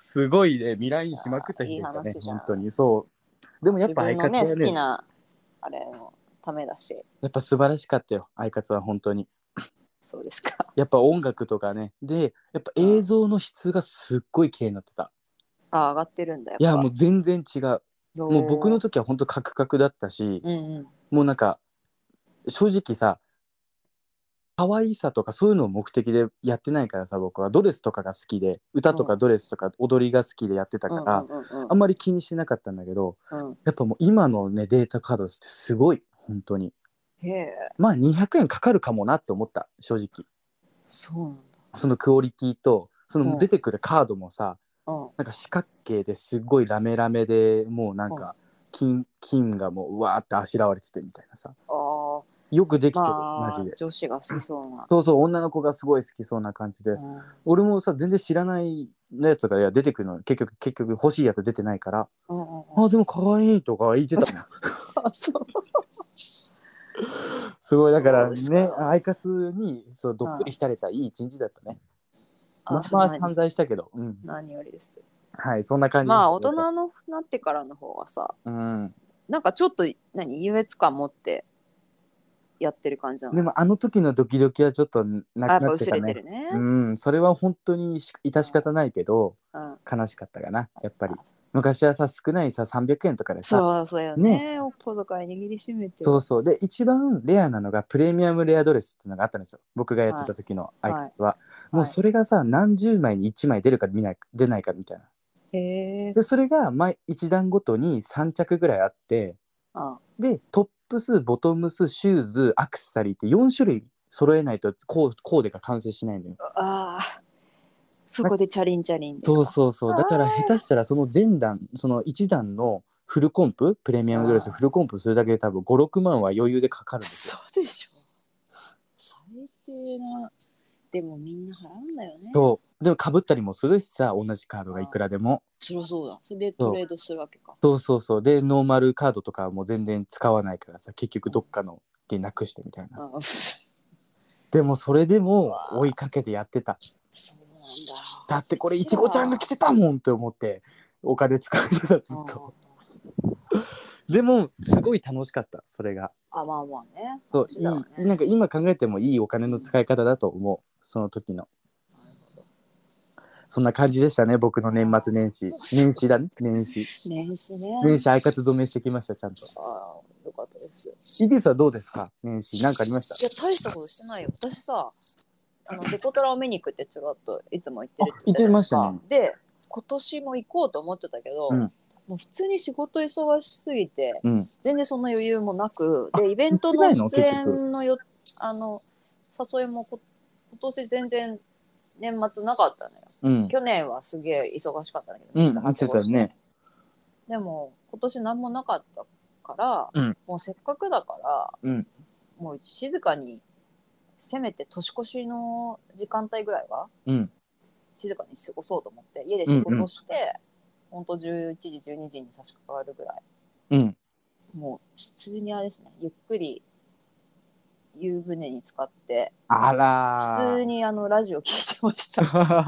すごいね、ミラーインしまくった日でしたね、本当に。そう。でもやっぱ相方はね、 好きなあれのためだし。 やっぱ素晴らしかったよ、相方は本当に。 そうですか。 やっぱ音楽とかね、で、やっぱ映像の質がすっごい綺麗になってた。 上がってるんだよ。 いや、もう全然違う。もう僕の時は本当カクカクだったし、もうなんか、正直さ、可愛さとかそういうのを目的でやってないからさ、僕はドレスとかが好きで、歌とかドレスとか踊りが好きでやってたから、あんまり気にしてなかったんだけど、やっぱもう今のねデータカードってすごい、本当に。まあ200円かかるかもなって思った、正直。 そうなんだ。 そのクオリティとその出てくるカードもさ、なんか四角形ですごいラメラメで、もうなんか金がもううわーってあしらわれててみたいなさ。よくできてる、マジで。 女子が好きそうな。 そうそう、女の子がすごい好きそうな感じで、俺もさ全然知らないやつが出てくるの、結局欲しいやつ出てないから、あでも可愛いとか言ってたもん。すごい、だからね、アイカツにそうどっぷり浸れたいい一日だったね。まあ散財したけど、 何よりです。 はい、そんな感じ。 まあ大人のなってからの方がさ、なんかちょっと優越感持ってやってる感じなの。 でもあの時のドキドキはちょっとなくなってたね。 薄れてるね。 それは本当に致し方ないけど、悲しかったかな、やっぱり。昔はさ、少ないさ300円とかでさ、 そうよね。お小遣い握りしめて。 そうそう。で一番レアなのがプレミアムレアドレスっていうのがあったんですよ、僕がやってた時のアイコンは。もうそれがさ、何十枚に1枚出るか出ないかみたいな。でそれが1段ごとに3着ぐらいあって、でトップス、ボトムス、シューズ、アクセサリーって4種類揃えないとコーデが完成しないのよ。 そこでチャリンチャリンですか。 そうだから下手したらその前段、その1段のフルコンプ、プレミアムドレスフルコンプするだけで多分5、6万は余裕でかかるんですよ。 そうでしょ。最低な。でもみんな払うんだよね。 そうでも被ったりもするしさ、同じカードがいくらでも。 そりゃそうだ。それでトレードするわけか。 そうでノーマルカードとかはもう全然使わないからさ、結局どっかのでなくしてみたいな。でもそれでも追いかけてやってた。 そうなんだ。 だってこれいちごちゃんが来てたもんって思ってお金使ってた、ずっと。でもすごい楽しかった、それが。 まあね。 そうなんか今考えてもいいお金の使い方だと思う、その時の。そんな感じでしたね、僕の年末年始。年始ね。年始相方止めしてきました、ちゃんと。 よかったです。 イディスはどうですか、年始なんかありました？ いや、大したことしてないよ。私さ、デコトラを見に行くってちょろっといつも言ってるって言ってましたね。 で、今年も行こうと思ってたけど、もう普通に仕事忙しすぎて、全然そんな余裕もなく、でイベントの出演の誘いも今年全然年末なかったのよ。去年はすげえ忙しかったんだけど、でも今年何もなかったから、もうせっかくだから、もう静かに、せめて年越しの時間帯ぐらいは、静かに過ごそうと思って家で仕事して、ほんと11時12時に差し掛かるぐらい、もう普通にあれですね、ゆっくり湯船に浸かって、普通にラジオ聞いてました。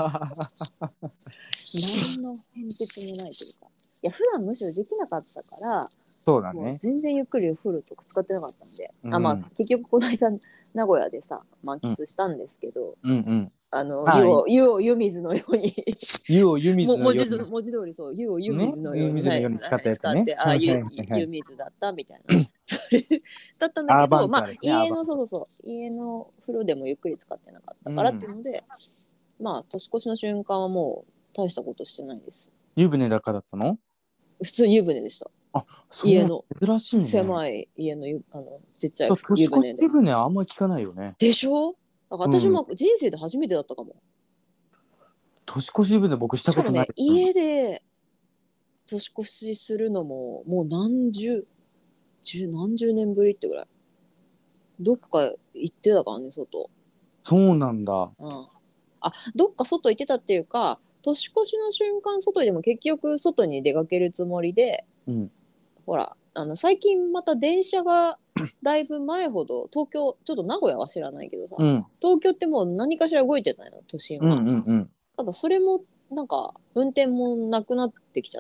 何の変哲もないというか、いや普段むしろできなかったから、 そうだね、 全然ゆっくりお風呂とか使ってなかったんで、結局この間名古屋でさ満喫したんですけど、湯を湯水のように湯を湯水のように文字通りそう、湯を湯水のように使ったやつね。 湯水だったみたいなそれだったんだけど、家の風呂でもゆっくり使ってなかったからっていうので、年越しの瞬間はもう大したことしてないです。 湯船だからだったの？ 普通に湯船でした。 あ、そう家の珍しいね。 狭い家のちっちゃい湯船で。 湯船あんまり聞かないよね。 でしょ？だから私も人生で初めてだったかも。 年越し湯船僕したことない。 しかもね、家で年越しするのももう何十年ぶりってぐらい。どっか行ってたからね、外。 そうなんだ。 うん。あ、どっか外行ってたっていうか、年越しの瞬間外でも結局外に出かけるつもりで、 うん、 ほら、最近また電車がだいぶ前ほど、東京、ちょっと名古屋は知らないけどさ、 うん、 東京ってもう何かしら動いてたのよ、都心は。 うんうんうん。 ただそれもなんか運転もなくなってきちゃって、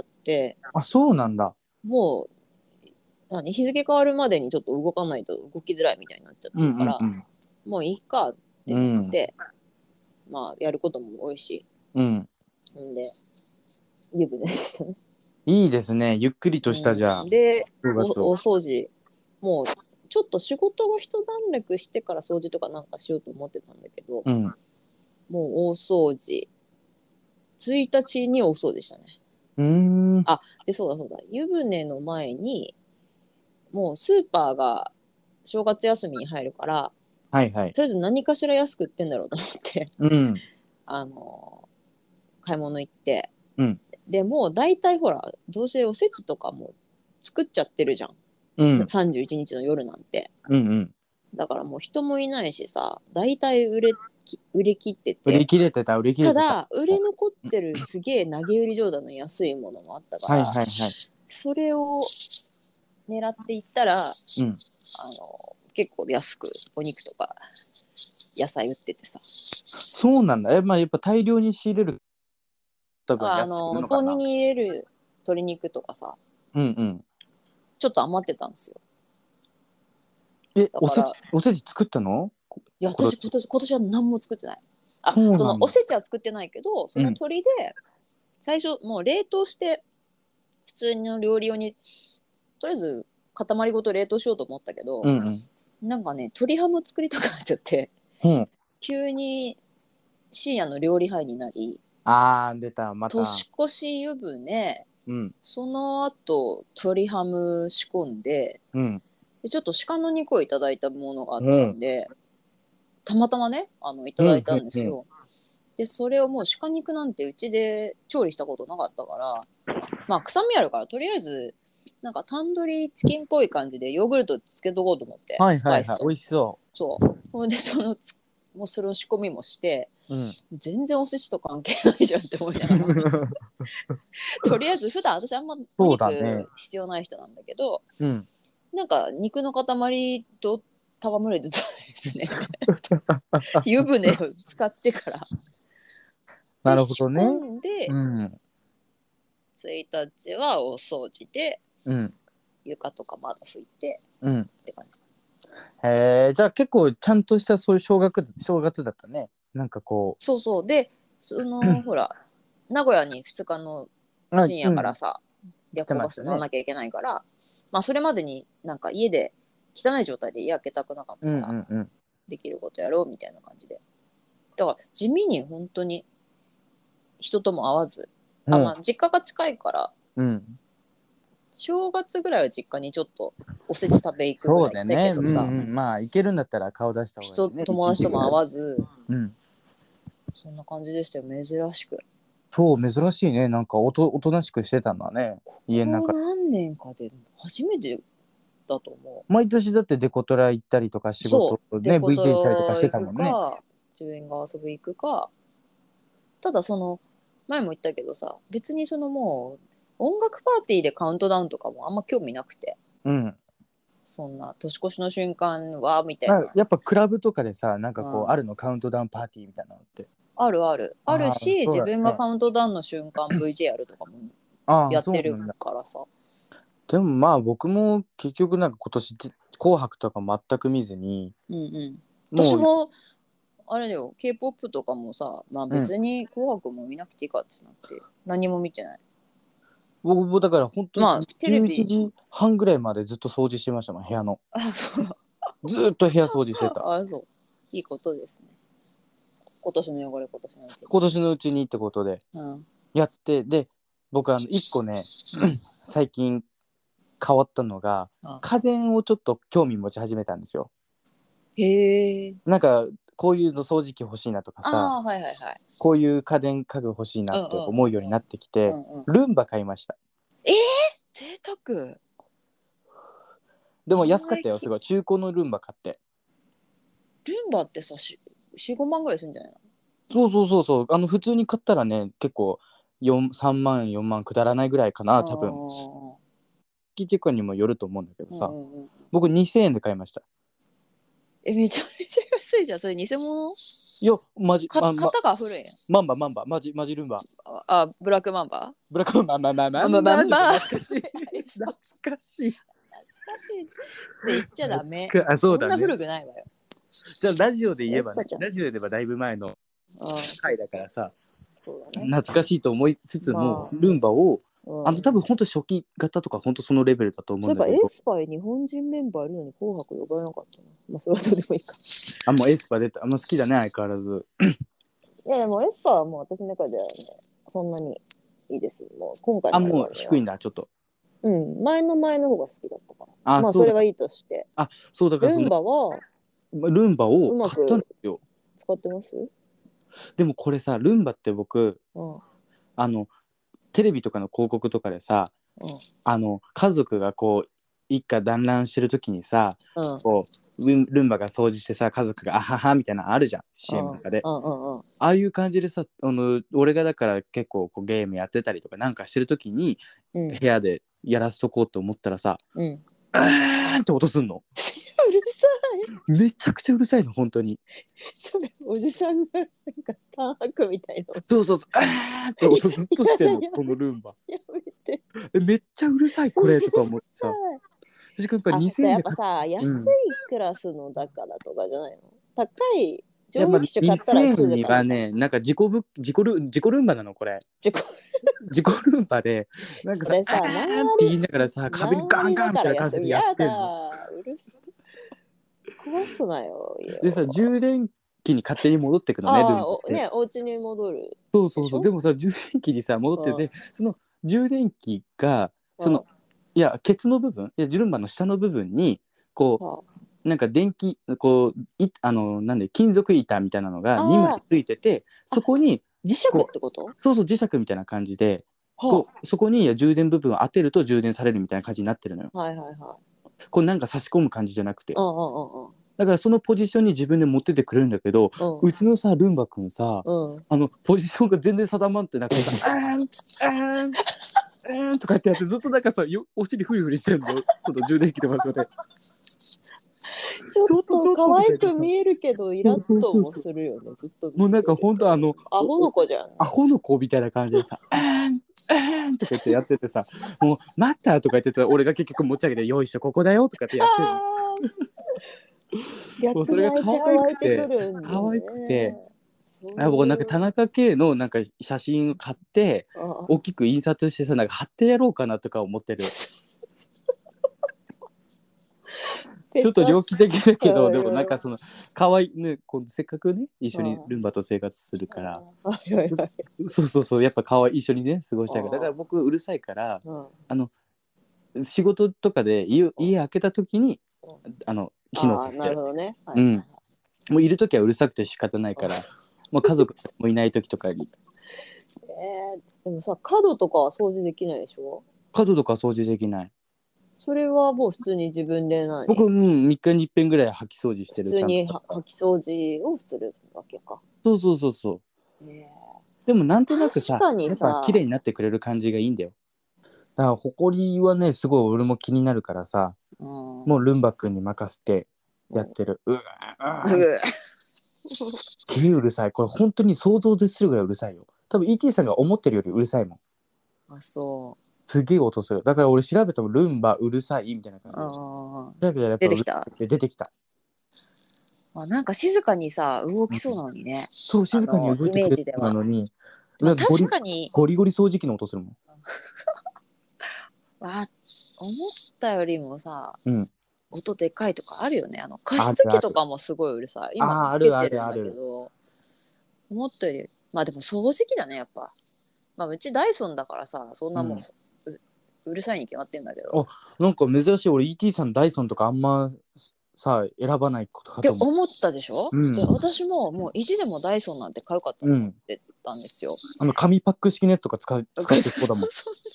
あ、そうなんだ。 もう日付変わるまでにちょっと動かないと動きづらいみたいになっちゃってるから、もういいかってなって、まあやることも多いし、んで湯船でしたね。 いいですね、ゆっくりとしたじゃあ。 でお掃除もうちょっと仕事が一段落してから掃除とかなんかしようと思ってたんだけど、もう大掃除1日に大掃除したね。あ、でそうだ湯船の前にもうスーパーが正月休みに入るから、 はいはい、 とりあえず何かしら安く売ってんだろうと思って、買い物行って、でもう大体ほらどうせおせちとかも作っちゃってるじゃん、31日の夜なんて、だからもう人もいないしさ、大体売れ切ってて、 売り切れてた。 ただ売れ残ってるすげえ投げ売り状態の安いものもあったから、それを狙っていったら、結構安くお肉とか野菜売っててさ。 そうなんだ。まあ、やっぱ大量に仕入れる豆乳に入れる鶏肉とかさ、ちょっと余ってたんですよ。 おせち作ったの？ いや、私今年は何も作ってない。そのおせちは作ってないけど、その鶏で最初もう冷凍して普通の料理用にとりあえず塊ごと冷凍しようと思ったけど、なんかね鶏ハム作りたくなっちゃって、急に深夜の料理杯になり、 出たまた年越し湯船、その後鶏ハム仕込んで、でちょっと鹿の肉をいただいたものがあったんで、たまたまねいただいたんですよ。でそれをもう鹿肉なんてうちで調理したことなかったから、まあ臭みあるからとりあえずなんかタンドリーチキンっぽい感じでヨーグルトつけとこうと思って、スパイスと。 美味しそう。 ほんでもうそれを仕込みもして、全然お寿司と関係ないじゃんって思いながらとりあえず普段私あんまお肉必要ない人なんだけど、なんか肉の塊と戯れてたんですね湯船を使ってからなるほどね。 仕込んで、1日はお掃除で、床とか窓拭いて、って感じ。 へえ、じゃあ結構ちゃんとしたそういう正月だったね。なんかこう。 そうでほら名古屋に2日の深夜からさ、夜行バス乗らなきゃいけないから、まあそれまでになんか家で汚い状態で家開けたくなかったから、できることやろうみたいな感じで、だから地味に本当に人とも会わず、まあ実家が近いから、正月ぐらいは実家にちょっとおせち食べ行くぐらいだけどさ、 まあ行けるんだったら顔出した方がいいね。 友達とも会わず、そんな感じでしたよ、珍しく。 そう珍しいね。なんかおとなしくしてたんだね。家の中。 何年かで初めてだと思う。毎年だってデコトラ行ったりとか仕事ね VJ したりとかしてたもんね。 自分が遊び行くか、ただ前も言ったけどさ、別にもう音楽パーティーでカウントダウンとかもあんま興味なくて、そんな年越しの瞬間はみたいな。 やっぱクラブとかでさ、なんかこうあるの、カウントダウンパーティーみたいなのって。 あるし、自分がカウントダウンの瞬間 VJR とかもやってるからさ。 でもまあ僕も結局なんか今年紅白とか全く見ずに、 私もあれだよ、 K-POP とかもさ、まあ別に紅白も見なくていいかってなって何も見てない。 僕もだから本当に11時半ぐらいまでずっと掃除してましたもん、部屋の。ずっと部屋掃除してた。 そういいことですね。今年の汚れ今年のうちにってことでやって、で僕1個ね最近変わったのが、家電をちょっと興味持ち始めたんですよ。 へえ。 なんかこういうの掃除機欲しいなとかさ、 はいはいはい、 こういう家電家具欲しいなって思うようになってきて、ルンバ買いました。 贅沢。 でも安かったよ、すごい。中古のルンバ買って。 ルンバってさ、4、5万ぐらいするんじゃないの？ そう。普通に買ったらね、結構3万、4万くだらないぐらいかな、多分。聞いてかにもよると思うんだけどさ、僕2000円で買いました。 めちゃめちゃ安いじゃん。それ偽物？ いや、マジ。 型が古いんや。 マンバ、マジルンバ。 ブラックマンバ？ ブラックマンバ、懐かしい。懐かしいって言っちゃダメ。 そうだね。 そんな古くないわよ。 じゃあラジオで言えばね、ラジオで言えばだいぶ前の回だからさ、懐かしいと思いつつも、ルンバを多分本当初期型とか本当そのレベルだと思うんだけど。 そういえばエスパイ日本人メンバーいるのに紅白呼ばれなかったな。まあそれはどうでもいいか。 もうエスパ出た。好きだね、相変わらず。 いやでもエスパはもう私の中ではね、そんなにいいです。もう今回のもう低いんだ、ちょっと。 前の方が好きだったから。まあそれはいいとして。 そうだからルンバはルンバを買ったんですよ。 使ってます？ でもこれさ、ルンバって僕、テレビとかの広告とかでさ、家族がこう一家団らんしてる時にさ、こうルンバが掃除してさ、家族があははみたいなのあるじゃん、CM とかで。ああいう感じでさ、俺がだから結構こうゲームやってたりとかなんかしてる時に、部屋でやらせとこうと思ったらさ、って音すんの。 うるさい。めちゃくちゃうるさいの、本当に。 それおじさんのなんかタンハクみたいな。 そうって音ずっとしてんのこのルンバ。 やめて。 めっちゃうるさいこれとか思ってさ。 私やっぱ2000円やっぱさ、安いクラスのだからとかじゃないの？高い上位機種買ったら一緒じゃない？ はね、なんか自己ルンバなのこれ。自己ルンバでなんかさ、って言いながらさ、壁にガンガンみたいな感じでやってんの。 うるさい。壊すなよ。 でさ、充電器に勝手に戻ってくのね、ルンバって。 ね、お家に戻る。 そう。でもさ、充電器にさ戻ってて、その充電器がケツの部分、ルンバの下の部分にこうなんか電気こうなんで金属板みたいなのが2枚ついてて、そこに磁石ってこと？ そう磁石みたいな感じで、そこに充電部分を当てると充電されるみたいな感じになってるのよ。これなんか差し込む感じじゃなくて。だからそのポジションに自分で持っててくれるんだけど、うちのさルンバくんさ、ポジションが全然定まってなくてさ、とかってやってずっとなんかさお尻フリフリしてるの、その充電器の場所で。 ちょっと可愛く見えるけどイラッともするよね。ずっともうなんかほんとアホの子じゃん。 アホの子みたいな感じでさとか言ってやっててさ、もう待ったとか言ってた俺が結局持ち上げてよいしょここだよとかってやってるの。もうそれが可愛くて僕なんか田中圭のなんか写真を買って大きく印刷してさ、なんか貼ってやろうかなとか思ってる。ちょっと猟奇的だけど、でもなんかその可愛いね、せっかくね一緒にルンバと生活するから、そうやっぱ可愛い一緒にね過ごしたいから、だから僕うるさいから、仕事とかで家開けた時に機能させてる。なるほどね。もういる時はうるさくて仕方ないから、もう家族もいない時とかに。 でもさ、角とかは掃除できないでしょ？ 角とか掃除できない。 それはもう普通に自分で僕3日に1遍ぐらい掃き掃除してる。 普通に掃き掃除をするわけか。 そう。でもなんとなくさ、やっぱ綺麗になってくれる感じがいいんだよ。だからホコリはねすごい俺も気になるからさ、もうルンバくんに任せてやってる。うるさい。これ本当に想像絶するぐらいうるさいよ。多分 ET さんが思ってるよりうるさいもん。 そう。 すげえ音する。だから俺調べてもルンバうるさいみたいな感じで。 出てきた。 出てきた。 なんか静かにさ動きそうなのにね。 そう静かに動いてくれるのに。 確かにゴリゴリ掃除機の音するもん。 思ったよりもさ、音でかいとかあるよね。加湿器とかもすごいうるさい。今つけてるんだけど、思ったよりでも掃除機だねやっぱ。うちダイソンだからさ、そんなもん、ううるさいに決まってんだけど。 なんか珍しい。俺 ET さんダイソンとかあんまさ選ばないことかと思ったでしょ、で私ももう意地でもダイソンなんて買うかと思ってたんですよ。 紙パック式のやつとか使ってそうだもん。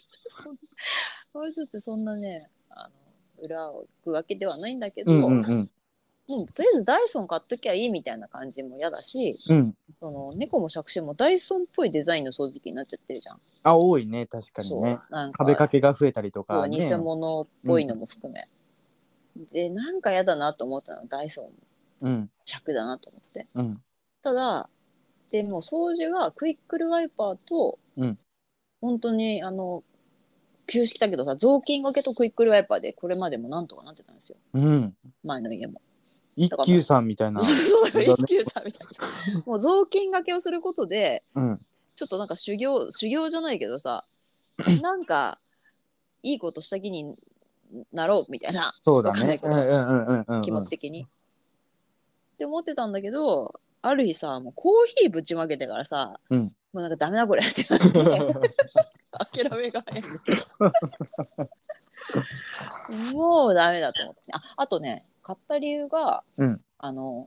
私ってそんなね裏を行くわけではないんだけど、もうとりあえずダイソン買っときゃいいみたいな感じも嫌だし、その猫も杓子もダイソンっぽいデザインの掃除機になっちゃってるじゃん。 多いね、確かにね。壁掛けが増えたりとか、ね、 偽物っぽいのも含め、でなんか嫌だなと思ったのダイソン尺だなと思って、ただでも掃除がクイックルワイパーと、本当に旧式だけどさ、雑巾がけとクイックルワイパーでこれまでもなんとかなってたんですよ、前の家も。 一休さんみたいな。 一休さんみたいな。もう雑巾がけをすることで、ちょっとなんか修行じゃないけどさ、なんかいいことした気になろうみたいな。 そうだね。 気持ち的に。って思ってたんだけど、ある日さ、もうコーヒーぶちまけてからさ、もうなんかダメだこれってなって諦めが早いもうダメだと思って、あとね、買った理由が、布団も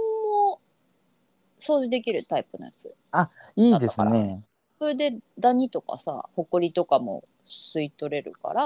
掃除できるタイプのやつ。 いいですね。 それでダニとかさ、ホコリとかも吸い取れるから、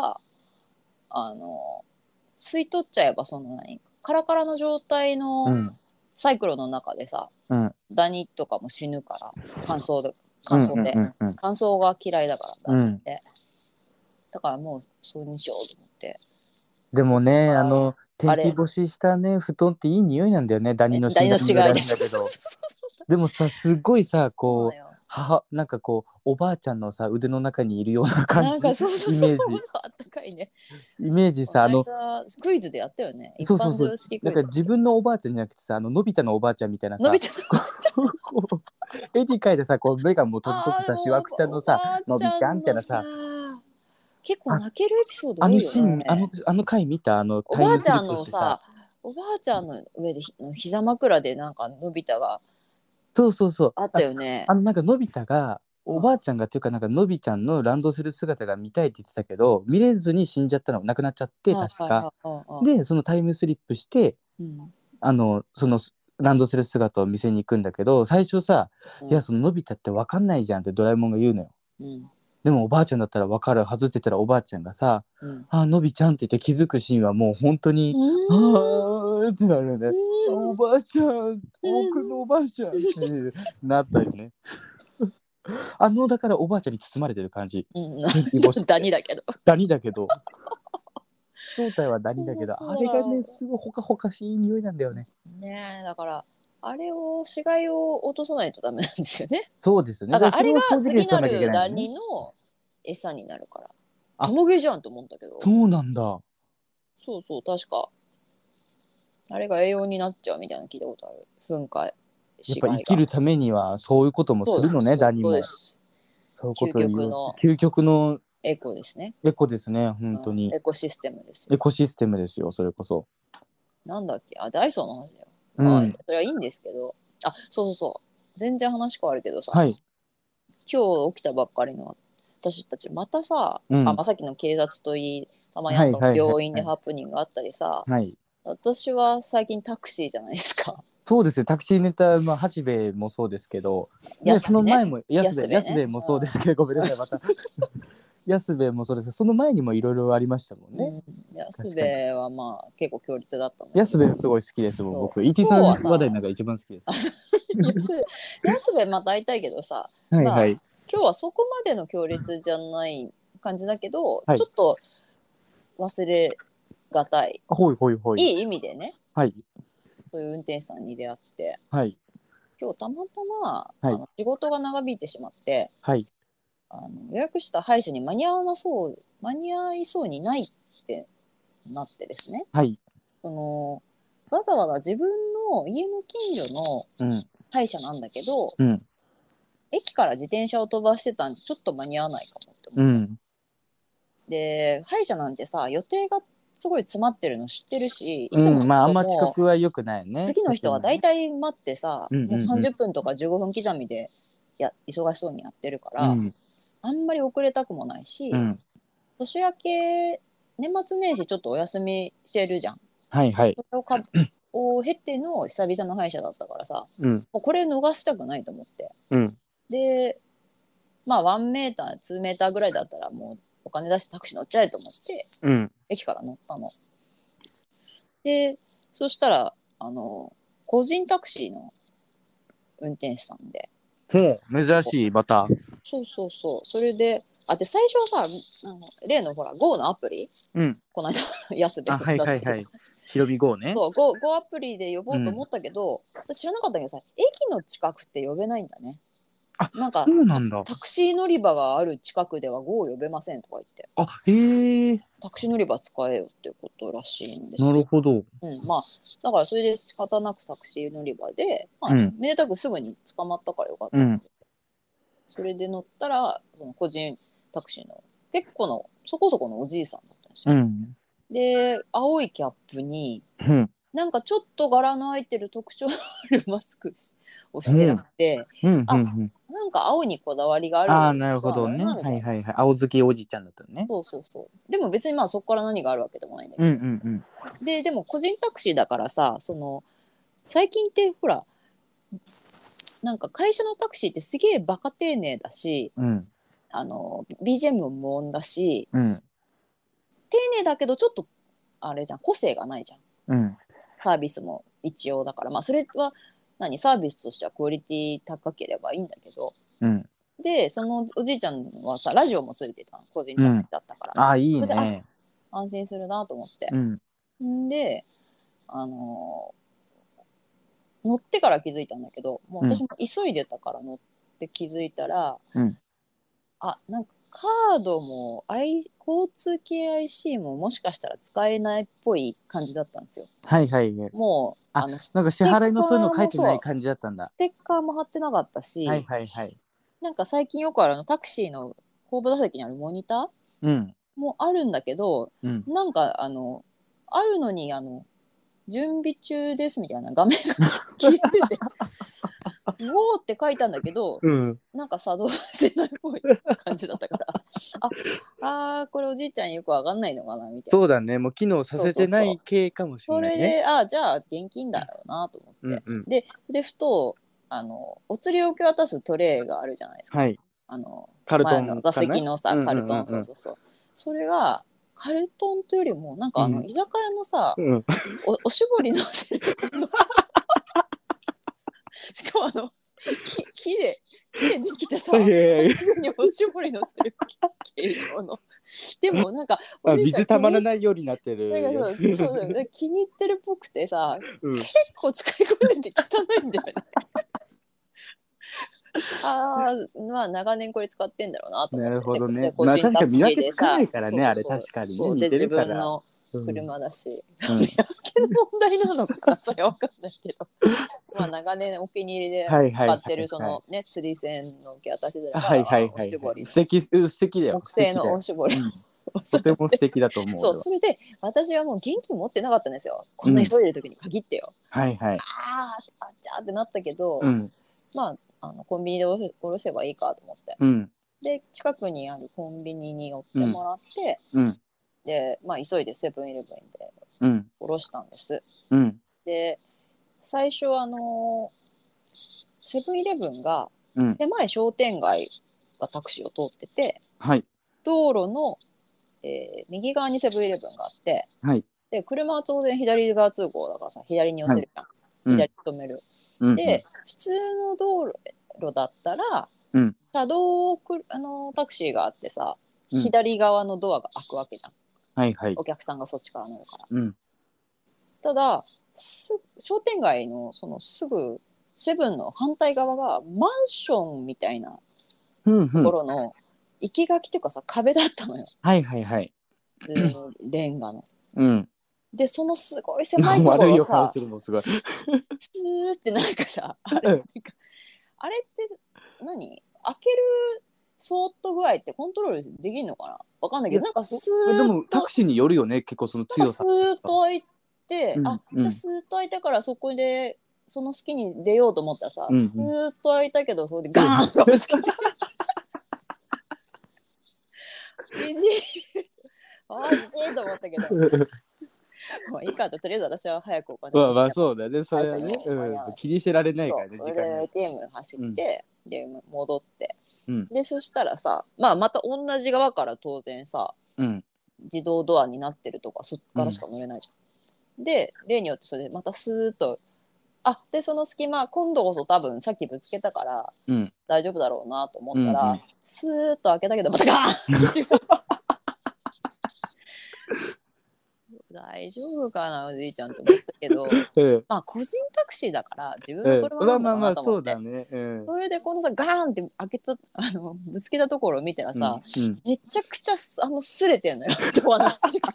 吸い取っちゃえばそのカラカラの状態のサイクロンの中でさ、ダニとかも死ぬから、乾燥で乾燥が嫌いだからダニって、だからもうそうにしようと思って。 でもね、天日干ししたね布団っていい匂いなんだよね。ダニの死骸です。でもさ、すごいさ、こうなんかこうおばあちゃんのさ腕の中にいるような感じ。 なんかそうイメージ。あったかいね。 イメージさ、 クイズでやったよね。 そうなんか自分のおばあちゃんじゃなくてさ、のび太のおばあちゃんみたいなさ、絵に描いてさ、こう目がもう閉じとってさ、しわくちゃんのさ、のびちゃんみたいなさ。 結構泣けるエピソード多いよね。 あの回見た？ おばあちゃんのさ、おばあちゃんの上で膝枕でなんかのび太がそうあったよね。 なんかのび太がおばあちゃんがっていうか、なんかのびちゃんのランドセル姿が見たいって言ってたけど、見れずに死んじゃったの、亡くなっちゃって確か。でそのタイムスリップして、そのランドセル姿を見せに行くんだけど、最初さ、いやそののび太って分かんないじゃんってドラえもんが言うのよ。でもおばあちゃんだったら分かるはずって言ったら、おばあちゃんがさ、のびちゃんって言って気づくシーンはもう本当にあーってなるよね。おばあちゃん、僕のおばあちゃんってなったよね。だからおばあちゃんに包まれてる感じ。 ダニだけど正体はダニだけど、あれがねすごいほかほかしい匂いなんだよね。 ねえ、だからあれを死骸を落とさないとダメなんですよね。 そうですね。 だからあれが次なるダニの餌になるから。タモゲじゃんと思ったけど。 そうなんだ。 そう確かあれが栄養になっちゃうみたいなの聞いたことある。噴火。 やっぱ生きるためにはそういうこともするのね、ダニも。そういうこと究極のエコですね。 エコですね、本当に。 エコシステムですよ。 エコシステムですよ、それこそ。 なんだっけ、ダイソーの話だよ。それはいいんですけど、そう全然話変わるけどさ、今日起きたばっかりの私たちまたさ、さっきの警察といい、たまに病院でハプニングがあったりさ、私は最近タクシーじゃないですか。 そうですよ、タクシーネタ、八兵衛もそうですけど、その前も安兵衛もそうですけど、ごめんなさい、また安兵衛もそうです。その前にもいろいろありましたもんね。 安兵衛はまあ結構強烈だったの。 安兵衛すごい好きですもん、僕。ET さん話題なんか一番好きです。 安兵衛また会いたいけどさ、今日はそこまでの強烈じゃない感じだけど、ちょっと忘れがたい。いい意味でね。そういう運転手さんに出会って、今日たまたま仕事が長引いてしまって、予約した歯医者に間に合いそうにないってなってですね、わざわざ自分の家の近所の歯医者なんだけど、駅から自転車を飛ばしてたんでちょっと間に合わないかもって思って、で歯医者なんてさ、予定がすごい詰まってるの知ってるし、いつもあんま遅刻は良くないね。 次の人はだいたい待ってさ、もう30分とか15分刻みで忙しそうにやってるから、あんまり遅れたくもないし、 年明け年末年始ちょっとお休みしてるじゃん。 はいはい。 それを経ての久々の歯医者だったからさ、もうこれ逃したくないと思って、でまあ1メーター2メーターぐらいだったらもうお金出してタクシー乗っちゃえと思って、駅から乗ったの。でそしたら個人タクシーの運転手さんで、 珍しいまた。 そうそれでで最初はさ例のほら GO のアプリ、この間安ではいはいはい、ひろみ GO ね。 そう GO アプリで呼ぼうと思ったけど、私知らなかったけどさ、駅の近くって呼べないんだね。なんかそうなんだ。 タクシー乗り場がある近くでは GO 呼べませんとか言って、 へえ。 タクシー乗り場使えよっていうことらしいんですよ。 なるほど。 まあだからそれで仕方なくタクシー乗り場で、めでたくすぐに捕まったからよかった、それで乗ったらその個人タクシーの結構のそこそこのおじいさんだったんですよ。で青いキャップに、なんかちょっと柄の入ってる特徴のあるマスクをしてあって、なんか青にこだわりがある。 なるほどね。はいはいはい。青好きおじちゃんだったね。 そうでも別にまあそこから何があるわけでもないんだけど、でも個人タクシーだからさ、最近ってほらなんか会社のタクシーってすげえバカ丁寧だし、BGM も無音だし、丁寧だけどちょっとあれじゃん、個性がないじゃん、サービスも一応だから、まあそれはサービスとしてはクオリティ高ければいいんだけど、でそのおじいちゃんはさラジオもついてたの、個人タクシーだったから、 いいね。 安心するなと思って、で乗ってから気づいたんだけど、もう私も急いでたから乗って気づいたら、なんかカードも交通系 IC ももしかしたら使えないっぽい感じだったんですよ。 はいはい。 もうなんか支払いのそういうの書いてない感じだったんだ。 ステッカーも貼ってなかったし、なんか最近よくあるタクシーの後部座席にあるモニター、もあるんだけど、なんかあるのに準備中ですみたいな画面が消えててGO って書いたんだけど、なんか作動してないっぽい感じだったからこれおじいちゃんよくわかんないのかなみたいな。 そうだね、もう機能させてない系かもしれないね。 それでじゃあ現金だろうなと思って、でふとお釣りを受け渡すトレイがあるじゃないですか、 カルトン前の座席のさ、カルトン、それがカルトンというよりもなんか居酒屋のさ、おしぼりのせるしかも木でできたさ、完全におしぼりのせる形状の。でもなんか水たまらないようになってる。 そうだよね、気に入ってるっぽくてさ、結構使い込んでて汚いんだよね。まあ長年これ使ってんだろうなと思って。なるほどね。 個人タクシーでさ、あれ確かにね、自分の車だし、見分けの問題なのかな、それは分かんないけど、まあ長年お気に入りで使ってるそのね釣り線の受け渡しで、おしぼり、素敵だよ。 木製のおしぼり。 とても素敵だと思う。 そう、それで私はもう現金持ってなかったんですよ。こんな急いでる時に限ってよ。じゃーってなったけど、まあコンビニで下ろせばいいかと思って、で近くにあるコンビニに寄ってもらって、でまあ急いでセブンイレブンで下ろしたんです。で最初セブンイレブンが狭い商店街がタクシーを通ってて、道路の、右側にセブンイレブンがあって、で車は当然左側通行だからさ、左に寄せるじゃん、左に止める、で普通の道路だったら、車道をタクシーがあってさ、左側のドアが開くわけじゃん、お客さんがそっちから乗るから、ただ商店街のそのすぐセブンの反対側がマンションみたいなところの生き垣っていうかさ、壁だったのよ。普通のレンガの。でそのすごい狭いところをさ、スーってなんかさ、あれって何？開けるそーっと具合ってコントロールできるのかな？わかんないけど、なんかスーッと。 でもタクシーによるよね、結構その強さ。 スーッと開いて、じゃあスーッと開いたからそこでその隙に出ようと思ったらさ、スーッと開いたけどそれでガーンとぶつけて。 マジと思ったけどまあいいかと、とりあえず私は早くお金まあそうだね、それはね、気にしてられないからね、時間が。 ATM 走って、で戻って、でそしたらさ、まあまた同じ側から当然さ、自動ドアになってるとかそっからしか乗れないじゃん。で例によってそれでまたスーッと、でその隙間今度こそ多分さっきぶつけたから、大丈夫だろうなと思ったら、スーッと開けたけどまたガーンって大丈夫かなおじいちゃんと思ったけど、まあ個人タクシーだから自分の車なんだろうなと思って、それでこのさガーンって開けたぶつけたところを見たらさ、めちゃくちゃ擦れてんのよドアの足が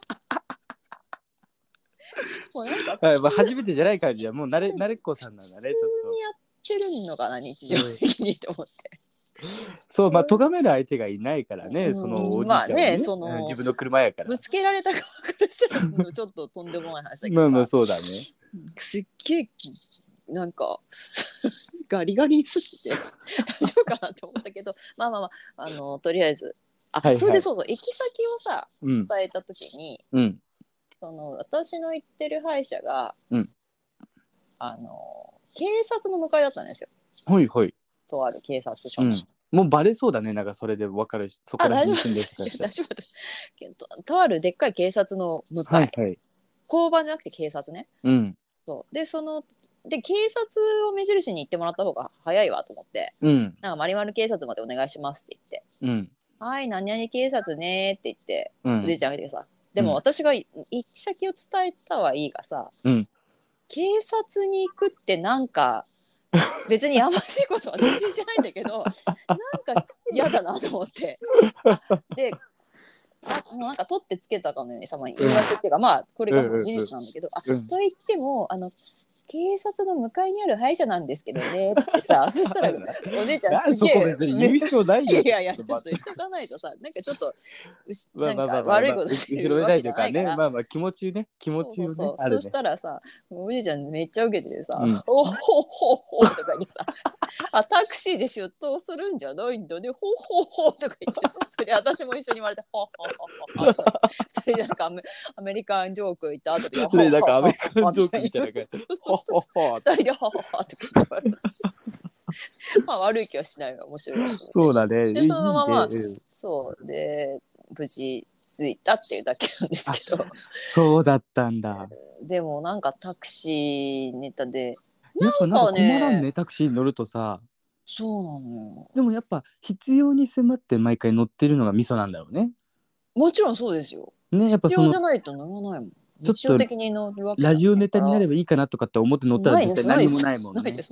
もうなんか初めてじゃない感じはもう慣れっこさんなんだね。ちょっと普通にやってるのかな日常的にと思って。 そう、まあ咎める相手がいないからね、そのおじいちゃんはね、自分の車やから。 ぶつけられた側からしたらちょっととんでもない話だけどさ。 まあそうだね。 すっげえなんかガリガリにすぎて大丈夫かなと思ったけど、まあとりあえずそれでそう行き先をさ伝えた時に、その私の行ってる歯医者が、警察の向かいだったんですよ。 はいはい。 とある警察署の、 もうバレそうだね、なんかそれで分かる、そこら辺に住んでる人たち。 とあるでっかい警察の向かい、交番じゃなくて警察ね。そうでで警察を目印に行ってもらった方が早いわと思って、なんかマリマル警察までお願いしますって言って、はい何々警察ねって言って、おじいちゃんがいてさ、でも私が行き先を伝えたはいいがさ、警察に行くってなんか別にやましいことは全然してないんだけどなんか嫌だなと思ってでなんか取ってつけたかのようにさ、言い訳っていうか、まあこれが事実なんだけど、と言っても警察の向かいにある歯医者なんですけどねってさそしたらおじいちゃんすげえ別に言う必要ないよ。 いやちょっと言っとかないとさ、なんかちょっとなんか悪いことしてるわけじゃないから、 まあ気持ちをねそしたらさおじいちゃんめっちゃ受けててさ、おほほほとか言ってさタクシーで出頭するんじゃないんだねほほほとか言ってそれで私も一緒に言われてほほほほそれでなんかアメリカンジョーク言った後でそれなんかアメリカンジョークみたいな感じ 2人でハハハとか言われたまあ悪い気はしないわ、面白い。 そうだね。 でそのままそうで無事着いたっていうだけなんですけど。 そうだったんだ。 でもなんかタクシーネタでなんか困らんね、タクシーに乗るとさ。 そうなのよ。 でもやっぱ必要に迫って毎回乗ってるのがミソなんだろうね。 もちろんそうですよ。 ね、やっぱ必要じゃないと乗らないもん。日常的に乗るわけラジオネタになればいいかなとかって思って乗ったら絶対何もないもんね。 ないです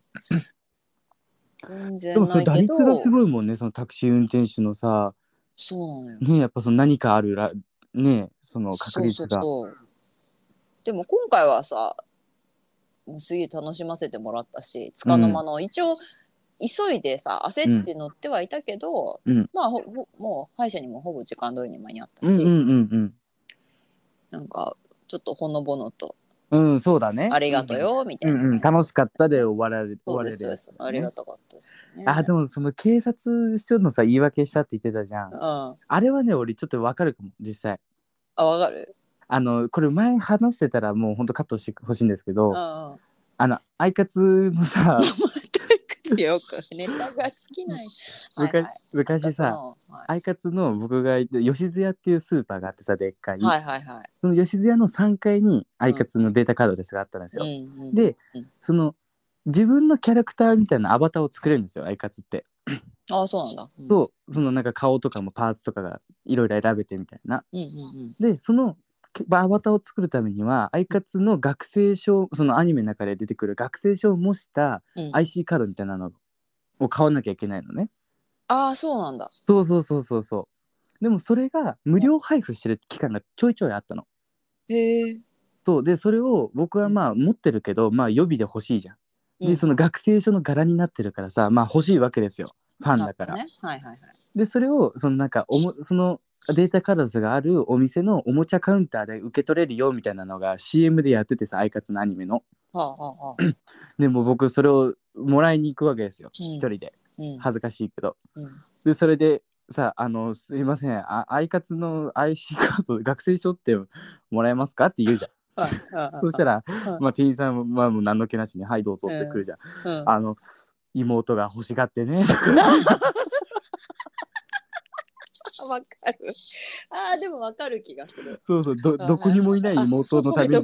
全然ないけど。 でもその打率がすごいもんね、そのタクシー運転手のさ。 そうなのよ。 ね、やっぱその何かあるね、その確率が。 そうでも今回はさ、すげえ楽しませてもらったし、つかの間の、一応急いでさ焦って乗ってはいたけど、まあもう歯医者にもほぼ時間通りに間に合ったし、なんかちょっとほのぼのと、 そうだね。 ありがとうよみたいな、 楽しかったで終われる。 そうです、ありがたかったですね。 でもその警察署のさ言い訳したって言ってたじゃん。あれはね俺ちょっとわかるかも実際。 わかる。 これ前話してたらもうほんとカットしてほしいんですけど、アイカツのさよくネタが好きない昔さ、アイカツの僕が吉津屋っていうスーパーがあってさ、でっかい、その吉津屋の3階にアイカツのデータカードレスがあったんですよ。で、その自分のキャラクターみたいなアバターを作れるんですよ、アイカツって。 そうなんだ。 そのなんか顔とかもパーツとかがいろいろ選べてみたいな。でそのアバターを作るためにはアイカツの学生証、そのアニメの中で出てくる学生証を模した IC カードみたいなのを買わなきゃいけないのね。 そうなんだ。 そうでもそれが無料配布してる期間がちょいちょいあったの。 へえ。 そうでそれを僕はまあ持ってるけど、まあ予備で欲しいじゃん。でその学生証の柄になってるからさ、まあ欲しいわけですよ、ファンだから。でそれをそのなんかそのデータカードレスがあるお店のおもちゃカウンターで受け取れるよみたいなのが CM でやっててさ、アイカツのアニメの。でも僕それをもらいに行くわけですよ、一人で。恥ずかしいけど。でそれでさすいません、アイカツの IC カード学生証ってもらえますかって言うじゃん。そしたら、店員さんはもう何の気なしにはいどうぞって来るじゃん、妹が欲しがってねわかる。でもわかる気がする。 そうそう、どこにもいない妹のために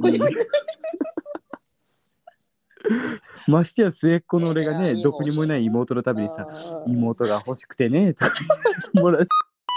ましてや末っ子の俺がね、どこにもいない妹のためにさ、妹が欲しくてねとかもら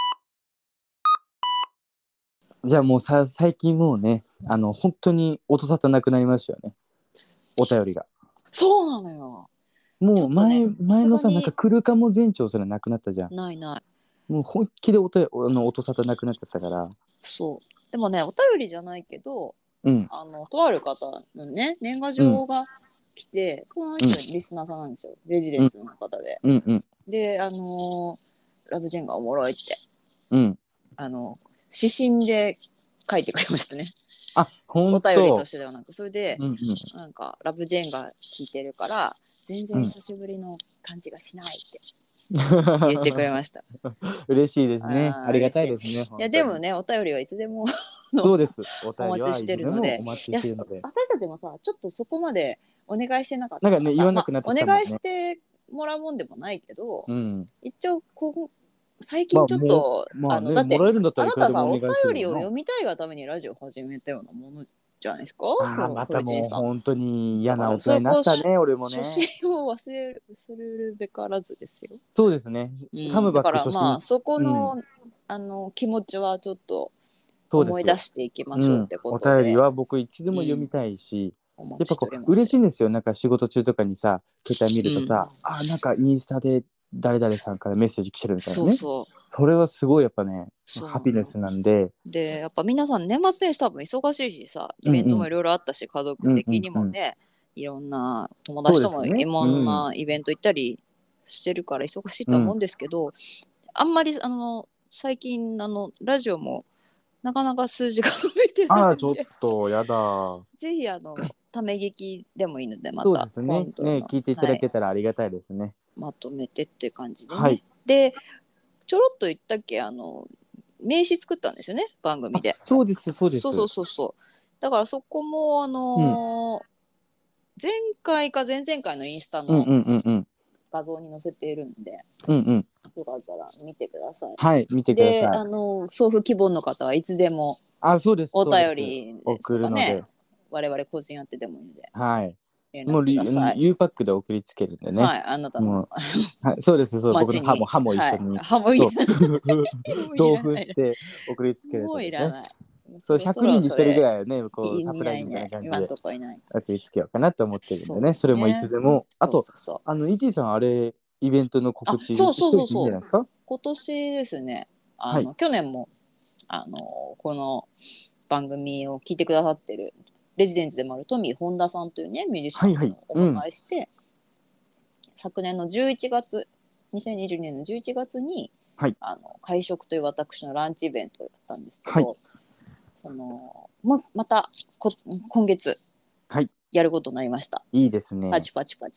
じゃあもう最近もうね、本当に音沙汰なくなりましたよね、お便りが。 そうなのよ。 もう前のさ、なんか来るかも前兆すらなくなったじゃん。 ない。 もう本気で音沙汰なくなっちゃったから。 そう。でもね、お便りじゃないけど、とある方のね、年賀状が来て、この人リスナーさんなんですよ。レジデンツの方で。で、ラブジェンがおもろいって。指針で書いてくれましたね。お便りとしてではなく、それで、なんかラブジェンが聞いてるから全然久しぶりの感じがしないって言ってくれました。 嬉しいですね。ありがたいですね。 いやでもね、お便りはいつでもそうです。 お待ちしてるので、私たちもさ、ちょっとそこまでお願いしてなかったからさ、 言わなくなってきたもんね。 お願いしてもらうもんでもないけど、一応最近ちょっと、だってあなたさ、お便りを読みたいがためにラジオ始めたようなものじゃないですか。 またもう本当に嫌な大人になったね、俺もね。 初心を忘れるべからずですよ。 そうですね。 だからまあそこの、気持ちはちょっと思い出していきましょうってことで。 お便りは僕いつでも読みたいし、やっぱ嬉しいんですよ。なんか仕事中とかにさ、携帯見るとさ、なんかインスタで誰々さんからメッセージ来てるみたいなね。それはすごいやっぱね、ハピネスなんで。 で、やっぱ皆さん年末年始多分忙しいしさ、イベントもいろいろあったし、家族的にもね、いろんな友達ともいろんなイベント行ったりしてるから忙しいと思うんですけど、あんまり最近ラジオもなかなか数字が伸びてないので、 ちょっとやだ。 ぜひため劇でもいいので、またそうですね。聞いていただけたらありがたいですね。 まとめてっていう感じでね。で、ちょろっと言ったっけ、名刺作ったんですよね、番組で。 そうです。そうだからそこも前回か前々回のインスタの画像に載せているんで、よかったら見てください。 はい、見てください。 で、送付希望の方はいつでもお便りですとかね、我々個人やってでもいいので。 はい。もうU パックで送りつけるんでね。 はい、あなたの。 そうです。僕の歯も一緒に。 歯もいらない。 同封して送りつける。 もういらない。 そう、100人に1人ぐらいはね、こうサプライズみたいな感じで送りつけようかなと思ってるんでね。それもいつでも。あと、ET さんあれ、イベントの告知そう今年ですね。去年もこの番組を聞いてくださってるレジデンツでもあるトミー本田さんというねミュージシャンをお迎えして、昨年の2022年の11月に、会食という私のランチイベントをやったんですけど、また今月やることになりました。 いいですね。 パチ。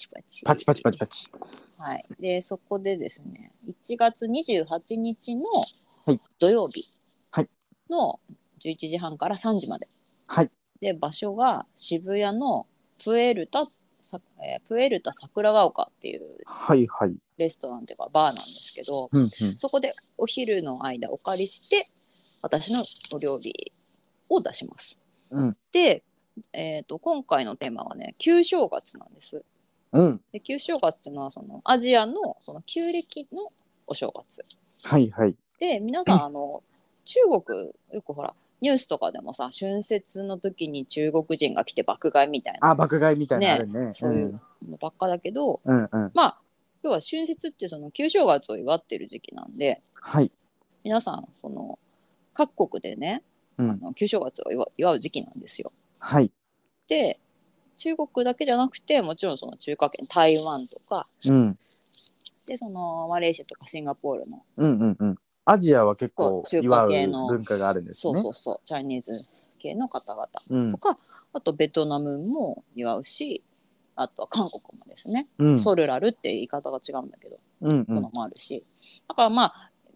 はい。でそこでですね、1月28日の土曜日の11時半から3時まで。で場所が渋谷のプエルタ桜ヶ丘っていうレストランというかバーなんですけど、そこでお昼の間お借りして私のお料理を出します。で、今回のテーマはね、旧正月なんです。で旧正月っていうのはアジアの旧暦のお正月。で皆さん中国よくほらニュースとかでもさ、春節の時に中国人が来て爆買いみたいな。 爆買いみたいなあるね。 そういうのばっかだけど、まあ要は春節って旧正月を祝ってる時期なんで、皆さん各国でね、旧正月を祝う時期なんですよ。で中国だけじゃなくて、もちろん中華圏台湾とか、でマレーシアとかシンガポールの、 アジアは結構祝う文化があるんですね。 そうチャイニーズ系の方々とか、あとベトナムも祝うし、あとは韓国もですね、ソルラルって言い方が違うんだけど、そのもあるし、だからまあ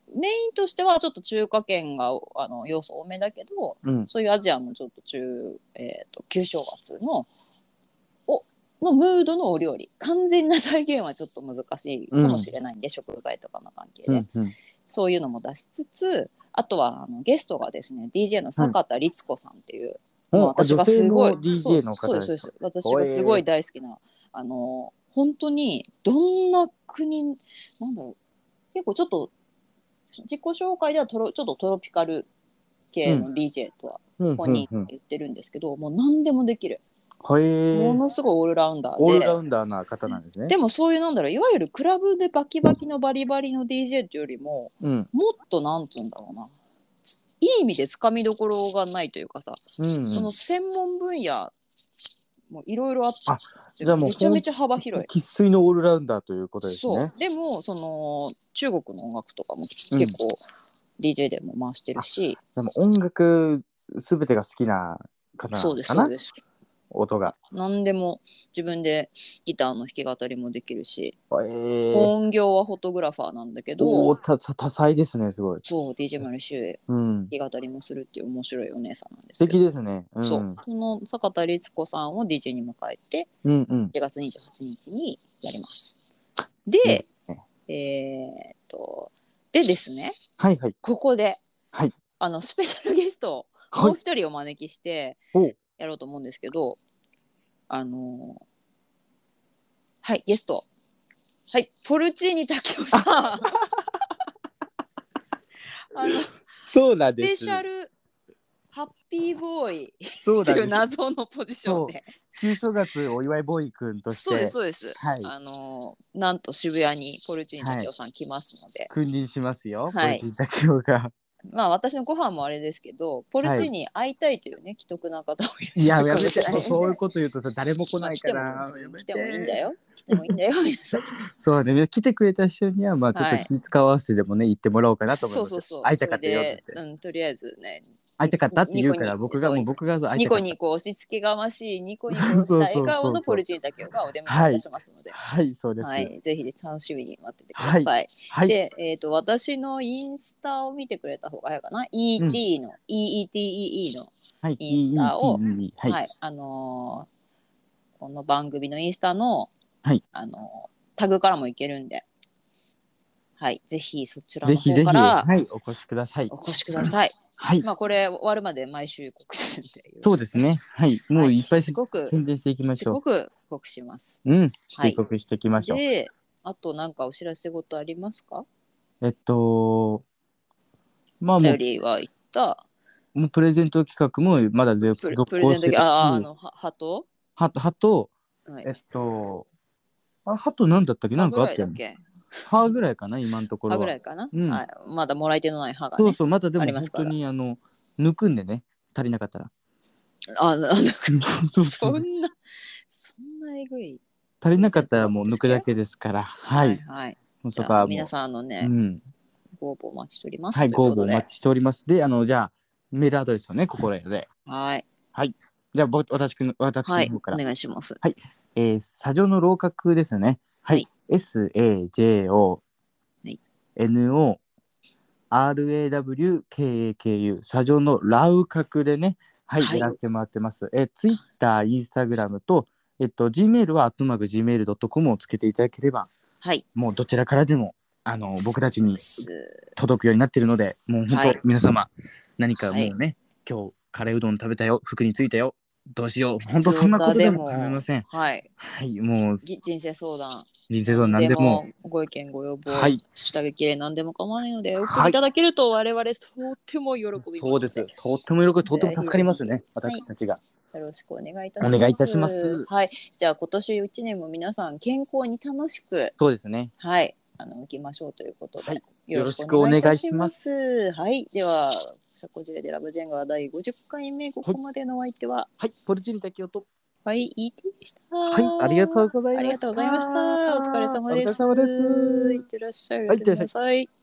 メインとしてはちょっと中華圏が要素多めだけど、そういうアジアのちょっと旧正月のムードのお料理、完全な再現はちょっと難しいかもしれないんで、食材とかの関係で、そういうのも出しつつ、あとはゲストがですね DJ の坂田律子さんっていう、私がすごい DJ の方です。 そうです。私がすごい大好きな本当にどんな国なんだろう、結構ちょっと自己紹介ではちょっとトロピカル系の DJ とは本人言ってるんですけど、もう何でもできる。ものすごいオールラウンダーで、 オールラウンダーな方なんですね。 でもそういうなんだろう、いわゆるクラブでバキバキのバリバリの DJ っていうよりも、もっとなんつうんだろうな、いい意味でつかみどころがないというかさ、その専門分野もいろいろあって、じゃあもうめちゃめちゃ幅広い生粋のオールラウンダーということですね。 そうでもその中国の音楽とかも結構 DJ でも回してるし、 でも音楽すべてが好きな方なのかな。 そうですそうです。 音が何でも自分でギターの弾き語りもできるし、本業はフォトグラファーなんだけど、 多彩ですね。すごい。 そう DJ マルシュ弾き語りもするっていう面白いお姉さんなんですけど、素敵ですね。 そうその坂田律子さんを DJ に迎えて4月28日にやります。で、でですね、ここで、スペシャルゲストをもう一人お招きしてやろうと思うんですけど、ゲスト、ポルチーニ滝雄さんそうなんです。 スペシャルハッピーボーイっていう謎のポジションで旧正月お祝いボーイくんとして、 そうです、なんと渋谷にポルチーニ滝雄さん来ますので、 君臨しますよ、ポルチーニ滝雄が。 まあ私のご飯もあれですけど、ポルチーニに会いたいというね、既得な方もいらっしゃるかもしれない。 そういうこと言うと誰も来ないから、 来てもいいんだよ、皆さん。 そうね、来てくれた人にはまあちょっと気遣わせてでもね行ってもらおうかなと思います。そう会いたかったよって。 とりあえずね、 会いたかったって言うから僕が会いたかった。 ニコニコ押し付けがましいニコニコした笑顔のポルチーニ滝雄がお出迎えいたしますので、 そうです。 ぜひ楽しみに待っててください。で、私のインスタを見てくれた方が早いかな。EETEE のインスタを、この番組のインスタのタグからもいけるんで、ぜひそちらの方からお越しください。 まあこれ終わるまで毎週告知するんで。 そうですね。もういっぱい宣伝していきましょう。 すごく告知します。 告知していきましょう。 で、あとなんかお知らせ事ありますか？ まあお便りは言った。 もうプレゼント企画もまだ続行してるし、鳩なんだったっけ、なんかあったよね。歯ぐらいかな、今のところは。 歯ぐらいかな、まだもらい手のない歯がね。 そう、まだでも本当に抜くんでね、足りなかったら。 そんなえぐい。 足りなかったらもう抜くだけですから。 そこは皆さんのね、ご応募お待ちしております。 ご応募お待ちしております。で、じゃあメールアドレスをね、心得で。じゃあ私の方から。 お願いします。 砂上の楼閣ですね。SAJONORAWKAKU 砂上のラウカクでね、やらせてもらってます。Twitter、Instagram と、Gmail は@gmail.com をつけていただければ、もうどちらからでも僕たちに届くようになっているので、もう本当、皆様何かもうね、今日カレーうどん食べたよ、服についたよ、どうしよう、本当そんなことでも構いません。もう人生相談何でもご意見ご要望、下書きで何でも構わないのでお送りいただけると我々とっても喜びます。 そうです。とってもとっても助かりますね、私たちが。 よろしくお願いいたします。お願いいたします。じゃあ今年1年も皆さん健康に楽しく、 そうですね。 行きましょうということで、よろしくお願いいたします。では。こちらでラブジェンガー第50回目、ここまでのお相手は、 ポルチーニ滝雄と、 ET でした。 ありがとうございました。 お疲れ様です。いってらっしゃい。おやすみなさい。